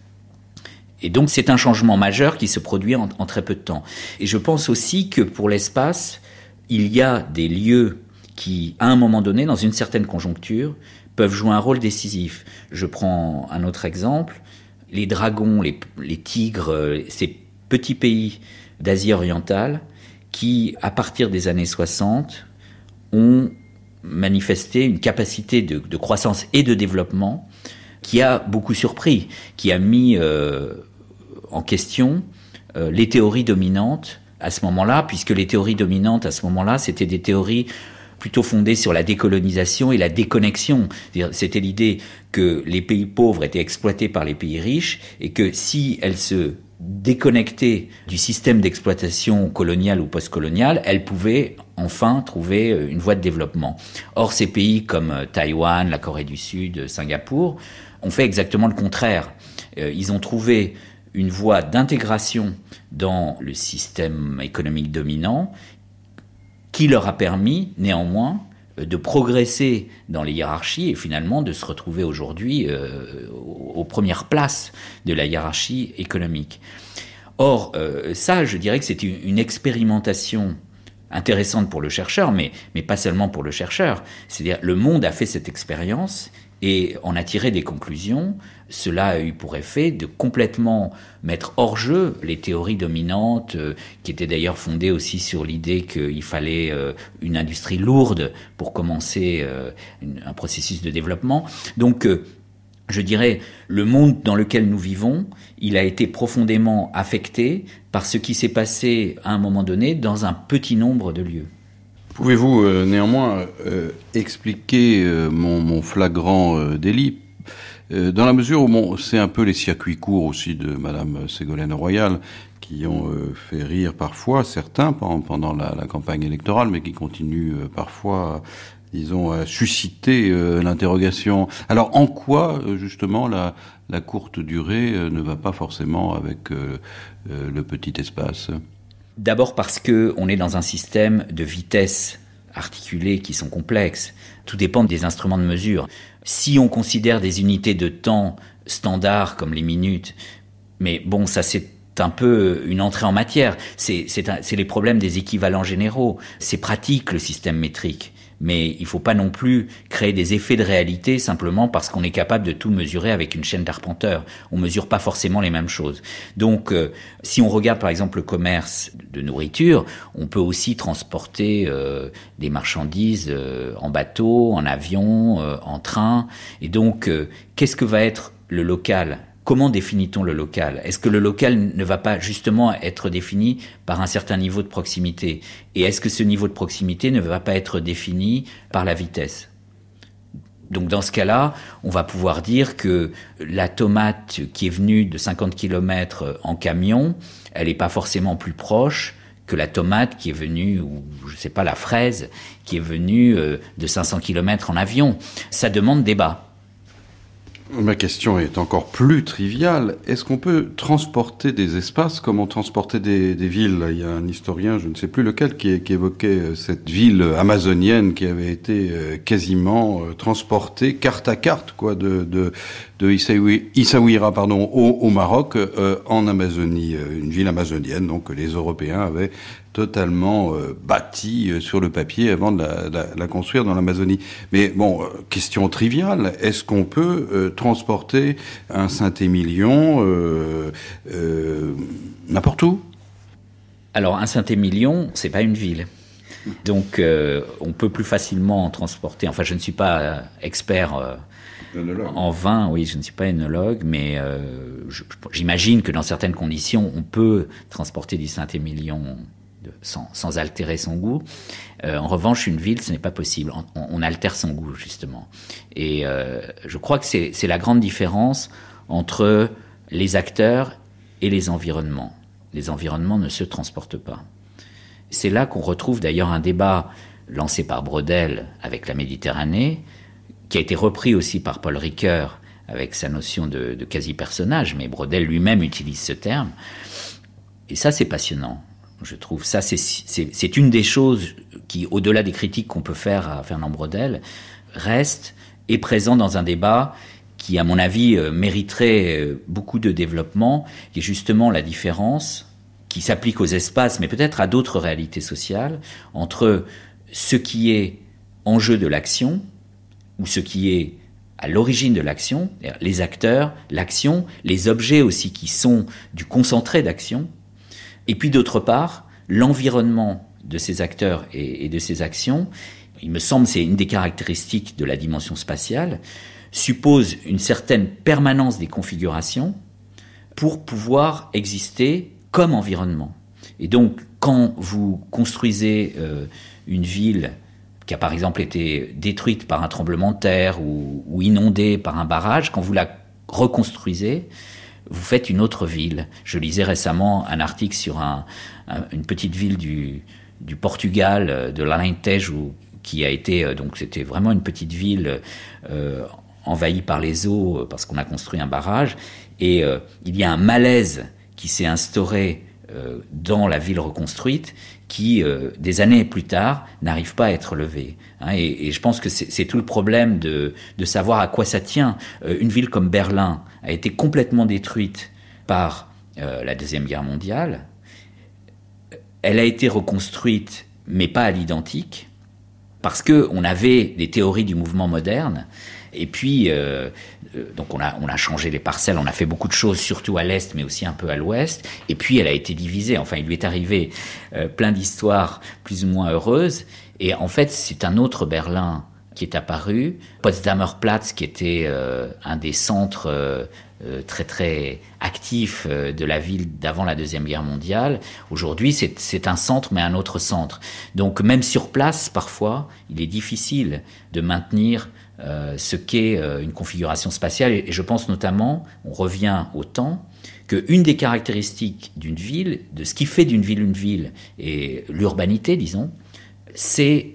Et donc c'est un changement majeur qui se produit en très peu de temps. Et je pense aussi que pour l'espace, il y a des lieux qui, à un moment donné, dans une certaine conjoncture, peuvent jouer un rôle décisif. Je prends un autre exemple. Les dragons, les tigres, ces petits pays d'Asie orientale qui, à partir des années 60, ont manifesté une capacité de croissance et de développement qui a beaucoup surpris, qui a mis en question les théories dominantes à ce moment-là, puisque les théories dominantes à ce moment-là, c'était des théories plutôt fondées sur la décolonisation et la déconnexion. C'était l'idée que les pays pauvres étaient exploités par les pays riches et que si elles se déconnectées du système d'exploitation coloniale ou post-coloniale, elles pouvaient enfin trouver une voie de développement. Or, ces pays comme Taïwan, la Corée du Sud, Singapour, ont fait exactement le contraire. Ils ont trouvé une voie d'intégration dans le système économique dominant qui leur a permis, néanmoins, de progresser dans les hiérarchies et finalement de se retrouver aujourd'hui aux premières places de la hiérarchie économique. Or, ça, je dirais que c'est une expérimentation intéressante pour le chercheur, mais pas seulement pour le chercheur. C'est-à-dire, le monde a fait cette expérience et en a tiré des conclusions. Cela a eu pour effet de complètement mettre hors jeu les théories dominantes, qui étaient d'ailleurs fondées aussi sur l'idée qu'il fallait une industrie lourde pour commencer un processus de développement. Donc, je dirais, le monde dans lequel nous vivons, il a été profondément affecté par ce qui s'est passé à un moment donné dans un petit nombre de lieux. Pouvez-vous néanmoins expliquer mon flagrant délit, dans la mesure où c'est un peu les circuits courts aussi de Madame Ségolène Royal qui ont fait rire parfois certains pendant la campagne électorale, mais qui continuent parfois, disons, à susciter l'interrogation. Alors, en quoi, justement, la courte durée ne va pas forcément avec le petit espace ? D'abord parce qu'on est dans un système de vitesse articulées qui sont complexes. Tout dépend des instruments de mesure. Si on considère des unités de temps standards comme les minutes, mais bon, ça c'est un peu une entrée en matière. C'est les problèmes des équivalents généraux. C'est pratique le système métrique. Mais il ne faut pas non plus créer des effets de réalité simplement parce qu'on est capable de tout mesurer avec une chaîne d'arpenteur. On ne mesure pas forcément les mêmes choses. Donc, si on regarde par exemple le commerce de nourriture, on peut aussi transporter des marchandises en bateau, en avion, en train. Et donc, qu'est-ce que va être le local ? Comment définit-on le local ? Est-ce que le local ne va pas justement être défini par un certain niveau de proximité ? Et est-ce que ce niveau de proximité ne va pas être défini par la vitesse ? Donc dans ce cas-là, on va pouvoir dire que la tomate qui est venue de 50 km en camion, elle n'est pas forcément plus proche que la tomate qui est venue, ou je sais pas, la fraise qui est venue de 500 km en avion. Ça demande débat. Ma question est encore plus triviale. Est-ce qu'on peut transporter des espaces comme on transportait des villes ? Il y a un historien, je ne sais plus lequel, qui évoquait cette ville amazonienne qui avait été quasiment transportée carte à carte, quoi, de Essaouira, au Maroc, en Amazonie, une ville amazonienne, donc que les Européens avaient totalement bâti sur le papier avant de la construire dans l'Amazonie. Mais bon, question triviale, est-ce qu'on peut transporter un Saint-Émilion n'importe où ? Alors, un Saint-Émilion, c'est pas une ville. Donc, on peut plus facilement en transporter. Enfin, je ne suis pas expert en vin, oui, je ne suis pas œnologue, mais j'imagine que dans certaines conditions, on peut transporter du Saint-Émilion sans altérer son goût. En revanche, une ville, ce n'est pas possible. On altère son goût, justement. Et je crois que c'est la grande différence entre les acteurs et les environnements. Les environnements ne se transportent pas. C'est là qu'on retrouve d'ailleurs un débat lancé par Braudel avec la Méditerranée, qui a été repris aussi par Paul Ricoeur avec sa notion de quasi-personnage, mais Braudel lui-même utilise ce terme. Et ça, c'est passionnant. Je trouve ça, c'est une des choses qui, au-delà des critiques qu'on peut faire à Fernand Braudel, reste et présent dans un débat qui, à mon avis, mériterait beaucoup de développement, qui est justement la différence qui s'applique aux espaces, mais peut-être à d'autres réalités sociales, entre ce qui est enjeu de l'action, ou ce qui est à l'origine de l'action, les acteurs, l'action, les objets aussi qui sont du concentré d'action, et puis d'autre part, l'environnement de ces acteurs et de ces actions, il me semble, c'est une des caractéristiques de la dimension spatiale, suppose une certaine permanence des configurations pour pouvoir exister comme environnement. Et donc, quand vous construisez une ville qui a par exemple été détruite par un tremblement de terre ou inondée par un barrage, quand vous la reconstruisez, vous faites une autre ville. Je lisais récemment un article sur une petite ville du Portugal, de l'Alentejo, qui a été, donc c'était vraiment une petite ville envahie par les eaux parce qu'on a construit un barrage. Et il y a un malaise qui s'est instauré dans la ville reconstruite qui, des années plus tard, n'arrive pas à être levé. Et je pense que c'est tout le problème de savoir à quoi ça tient. Une ville comme Berlin a été complètement détruite par la Deuxième Guerre mondiale. Elle a été reconstruite mais pas à l'identique, parce qu'on avait des théories du mouvement moderne. Et puis, donc on a changé les parcelles, on a fait beaucoup de choses, surtout à l'Est, mais aussi un peu à l'Ouest. Et puis, elle a été divisée. Enfin, il lui est arrivé plein d'histoires plus ou moins heureuses. Et en fait, c'est un autre Berlin qui est apparu. Potsdamer Platz, qui était un des centres très très actifs de la ville d'avant la Deuxième Guerre mondiale. Aujourd'hui, c'est un centre, mais un autre centre. Donc, même sur place, parfois, il est difficile de maintenir ce qu'est une configuration spatiale. Et je pense notamment, on revient au temps, qu'une des caractéristiques d'une ville, de ce qui fait d'une ville une ville, et l'urbanité, disons, c'est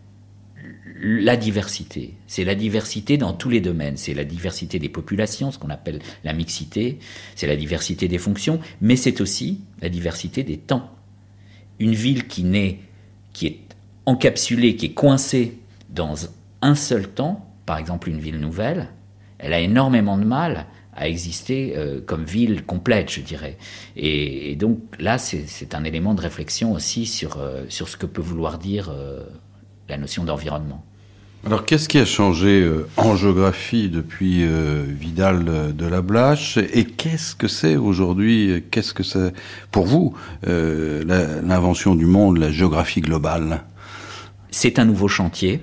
la diversité. C'est la diversité dans tous les domaines. C'est la diversité des populations, ce qu'on appelle la mixité. C'est la diversité des fonctions, mais c'est aussi la diversité des temps. Une ville qui est encapsulée, qui est coincée dans un seul temps, par exemple une ville nouvelle, elle a énormément de mal à exister comme ville complète, je dirais. Et donc là, c'est un élément de réflexion aussi sur ce que peut vouloir dire la notion d'environnement. Alors, qu'est-ce qui a changé en géographie depuis Vidal de la Blache, et qu'est-ce que c'est aujourd'hui, qu'est-ce que c'est pour vous l'invention du monde, la géographie globale? C'est un nouveau chantier,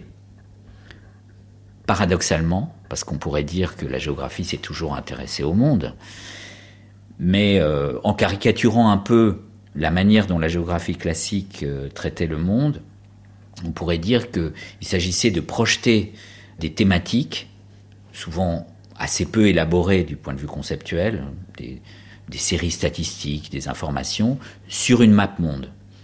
paradoxalement, parce qu'on pourrait dire que la géographie s'est toujours intéressée au monde, mais en caricaturant un peu la manière dont la géographie classique traitait le monde, on pourrait dire qu'il s'agissait de projeter des thématiques, souvent assez peu élaborées du point de vue conceptuel, des séries statistiques, des informations, sur une map monde.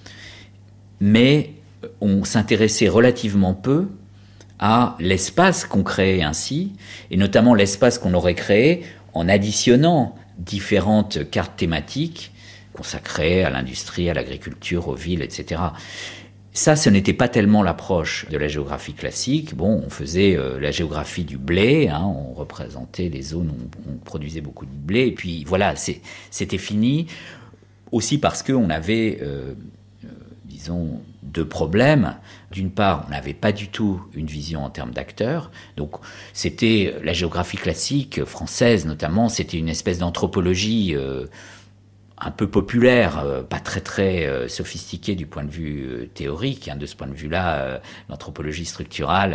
Mais on s'intéressait relativement peu à l'espace qu'on créait ainsi, et notamment l'espace qu'on aurait créé en additionnant différentes cartes thématiques consacrées à l'industrie, à l'agriculture, aux villes, etc. Ça, ce n'était pas tellement l'approche de la géographie classique. Bon, on faisait la géographie du blé, on représentait les zones où on produisait beaucoup de blé, et puis voilà, c'était fini. Aussi parce qu'on avait, disons, deux problèmes. D'une part, on n'avait pas du tout une vision en termes d'acteurs. Donc, c'était la géographie classique française, notamment, c'était une espèce d'anthropologie un peu populaire, pas très très sophistiquée du point de vue théorique. De ce point de vue-là, l'anthropologie structurale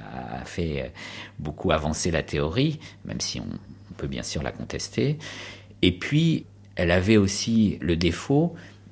a fait beaucoup avancer la théorie, même si on peut bien sûr la contester. Et puis, elle avait aussi le défaut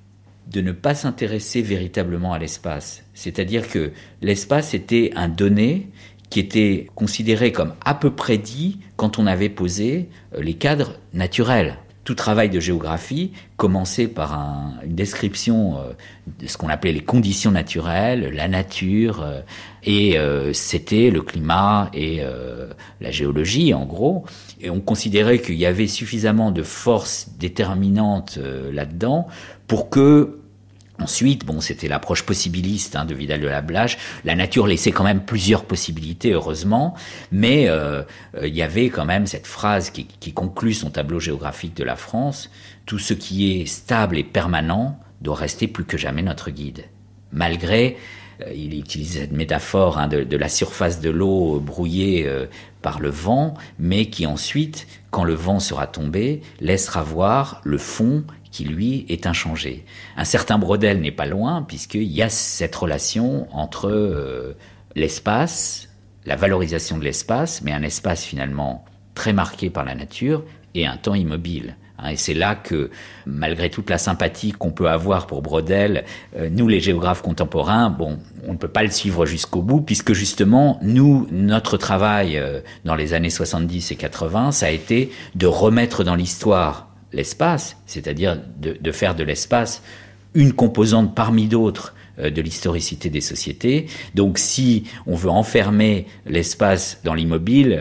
de ne pas s'intéresser véritablement à l'espace. C'est-à-dire que l'espace était un donné qui était considéré comme à peu près dit quand on avait posé les cadres naturels. Tout travail de géographie commençait par une description de ce qu'on appelait les conditions naturelles, la nature, et c'était le climat et la géologie en gros. Et on considérait qu'il y avait suffisamment de forces déterminantes là-dedans pour que ensuite, bon, c'était l'approche possibiliste de Vidal de la Blache. La nature laissait quand même plusieurs possibilités, heureusement, mais il y avait quand même cette phrase qui conclut son tableau géographique de la France. Tout ce qui est stable et permanent doit rester plus que jamais notre guide. Malgré, il utilise cette métaphore de la surface de l'eau brouillée par le vent, mais qui ensuite, quand le vent sera tombé, laissera voir le fond qui, lui, est inchangé. Un certain Braudel n'est pas loin, puisqu'il y a cette relation entre l'espace, la valorisation de l'espace, mais un espace finalement très marqué par la nature, et un temps immobile. Et c'est là que, malgré toute la sympathie qu'on peut avoir pour Braudel, nous, les géographes contemporains, bon, on ne peut pas le suivre jusqu'au bout, puisque justement, nous, notre travail dans les années 70 et 80, ça a été de remettre dans l'histoire l'espace, c'est-à-dire de faire de l'espace une composante parmi d'autres de l'historicité des sociétés. Donc si on veut enfermer l'espace dans l'immobile,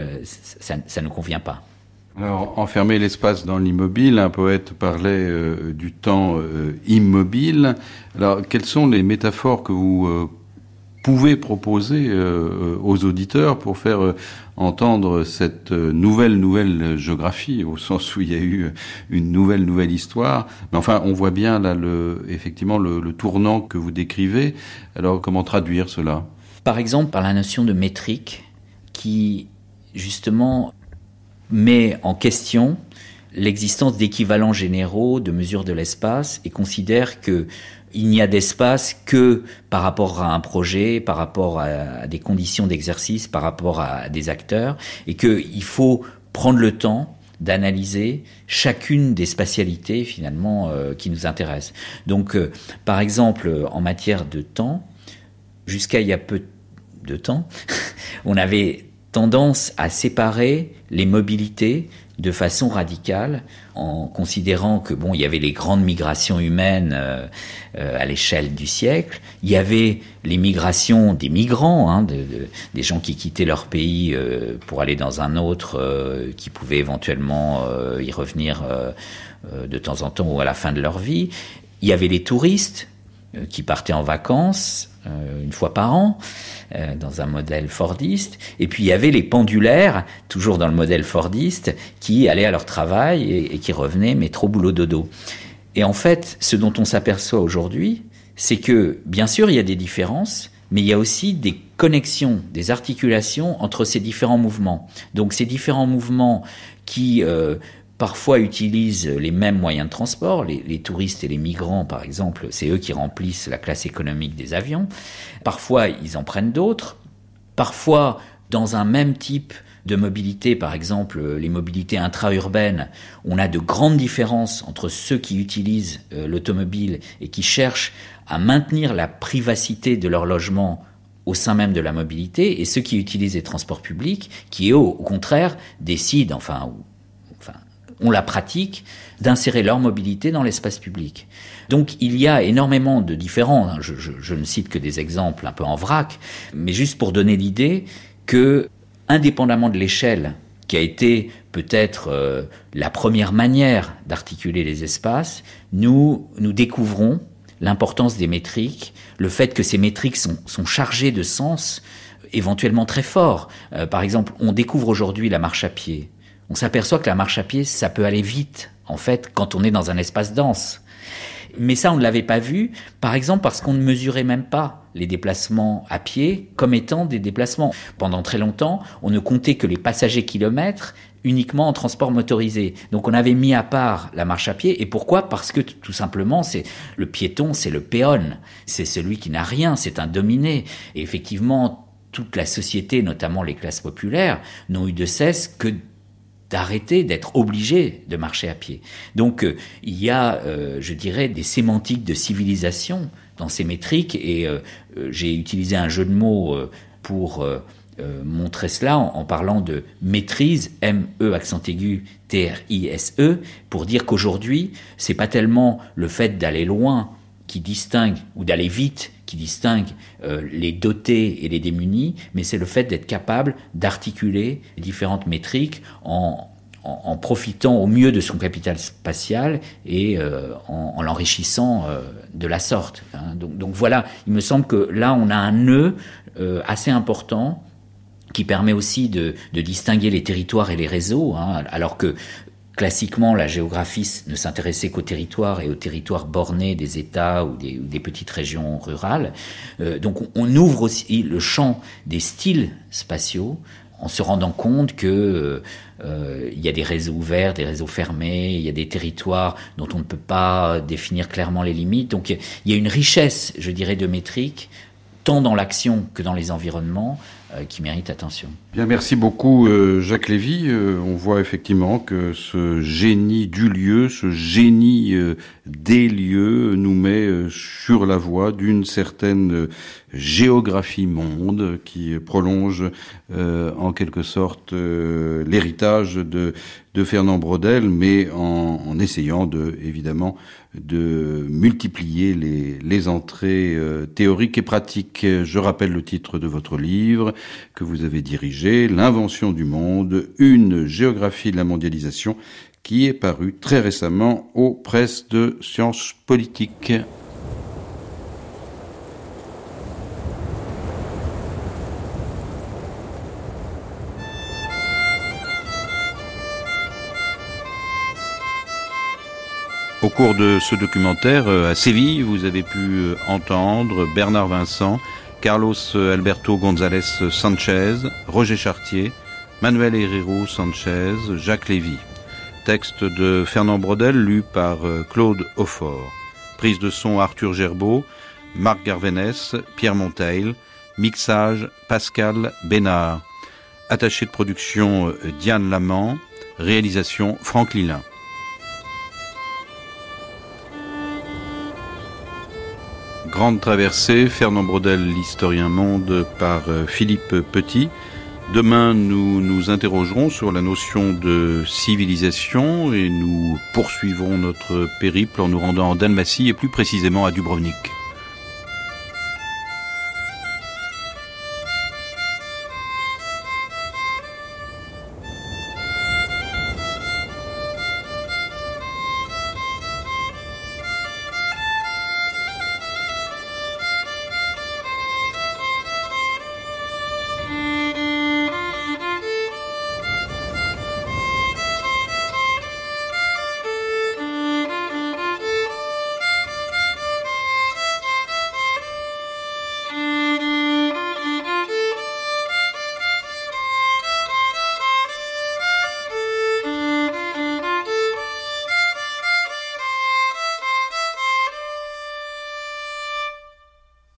ça ne convient pas. Alors, enfermer l'espace dans l'immobile, un poète parlait du temps immobile. Alors, quelles sont les métaphores que vous pouvez proposer aux auditeurs pour faire entendre cette nouvelle géographie, au sens où il y a eu une nouvelle histoire. Mais enfin, on voit bien là effectivement le tournant que vous décrivez. Alors, comment traduire cela ? Par exemple, par la notion de métrique, qui justement met en question l'existence d'équivalents généraux de mesure de l'espace et considère que il n'y a d'espace que par rapport à un projet, par rapport à des conditions d'exercice, par rapport à des acteurs, et qu'il faut prendre le temps d'analyser chacune des spatialités finalement qui nous intéressent. Donc, par exemple, en matière de temps, jusqu'à il y a peu de temps, on avait tendance à séparer les mobilités de façon radicale, en considérant que il y avait les grandes migrations humaines à l'échelle du siècle, il y avait les migrations des migrants, des gens qui quittaient leur pays pour aller dans un autre, qui pouvaient éventuellement y revenir de temps en temps ou à la fin de leur vie. Il y avait les touristes qui partaient en vacances une fois par an, dans un modèle fordiste, et puis il y avait les pendulaires, toujours dans le modèle fordiste, qui allaient à leur travail et qui revenaient, métro, boulot, dodo. Et en fait, ce dont on s'aperçoit aujourd'hui, c'est que, bien sûr, il y a des différences, mais il y a aussi des connexions, des articulations entre ces différents mouvements. Donc ces différents mouvements qui parfois utilisent les mêmes moyens de transport, les touristes et les migrants par exemple, c'est eux qui remplissent la classe économique des avions. Parfois ils en prennent d'autres, parfois dans un même type de mobilité, par exemple les mobilités intra-urbaines, on a de grandes différences entre ceux qui utilisent l'automobile et qui cherchent à maintenir la privacité de leur logement au sein même de la mobilité, et ceux qui utilisent les transports publics, qui eux, au contraire, décident, ont la pratique d'insérer leur mobilité dans l'espace public. Donc il y a énormément de différents, je ne cite que des exemples un peu en vrac, mais juste pour donner l'idée que, indépendamment de l'échelle qui a été peut-être la première manière d'articuler les espaces, nous découvrons l'importance des métriques, le fait que ces métriques sont chargées de sens éventuellement très forts. Par exemple, on découvre aujourd'hui la marche à pied. On s'aperçoit que la marche à pied, ça peut aller vite, en fait, quand on est dans un espace dense. Mais ça, on ne l'avait pas vu, par exemple, parce qu'on ne mesurait même pas les déplacements à pied comme étant des déplacements. Pendant très longtemps, on ne comptait que les passagers kilomètres uniquement en transport motorisé. Donc on avait mis à part la marche à pied. Et pourquoi ? Parce que tout simplement, c'est le piéton, c'est le péon. C'est celui qui n'a rien, c'est un dominé. Et effectivement, toute la société, notamment les classes populaires, n'ont eu de cesse que d'arrêter, d'être obligés de marcher à pied. Donc il y a, je dirais, des sémantiques de civilisation dans ces métriques, et j'ai utilisé un jeu de mots pour montrer cela en parlant de maîtrise, M-E accent aigu T-R-I-S-E, pour dire qu'aujourd'hui, c'est pas tellement le fait d'aller loin qui distingue, ou d'aller vite qui distingue les dotés et les démunis, mais c'est le fait d'être capable d'articuler les différentes métriques en profitant au mieux de son capital spatial et en l'enrichissant de la sorte. Donc voilà, il me semble que là on a un nœud assez important qui permet aussi de distinguer les territoires et les réseaux, alors que classiquement, la géographie ne s'intéressait qu'aux territoires et aux territoires bornés des États ou des petites régions rurales. Donc on ouvre aussi le champ des styles spatiaux en se rendant compte que il y a des réseaux ouverts, des réseaux fermés, il y a des territoires dont on ne peut pas définir clairement les limites. Donc il y a une richesse, je dirais, de métriques, tant dans l'action que dans les environnements, qui mérite attention. Bien, merci beaucoup Jacques Lévy. On voit effectivement que ce génie du lieu, ce génie des lieux nous met sur la voie d'une certaine géographie monde qui prolonge en quelque sorte l'héritage de Fernand Braudel, mais en essayant évidemment de multiplier les entrées théoriques et pratiques. Je rappelle le titre de votre livre que vous avez dirigé, L'invention du monde, une géographie de la mondialisation, qui est paru très récemment aux presses de sciences politiques. Au cours de ce documentaire, à Séville, vous avez pu entendre Bernard Vincent, Carlos Alberto González Sanchez, Roger Chartier, Manuel Herrero Sanchez, Jacques Lévy. Texte de Fernand Braudel, lu par Claude Aufort. Prise de son Arthur Gerbeau, Marc Garvenès, Pierre Monteil. Mixage Pascal Bénard. Attaché de production Diane Lamant. Réalisation Franck Lilin. Grande traversée, Fernand Braudel, l'historien monde, par Philippe Petit. Demain, nous nous interrogerons sur la notion de civilisation et nous poursuivrons notre périple en nous rendant en Dalmatie et plus précisément à Dubrovnik.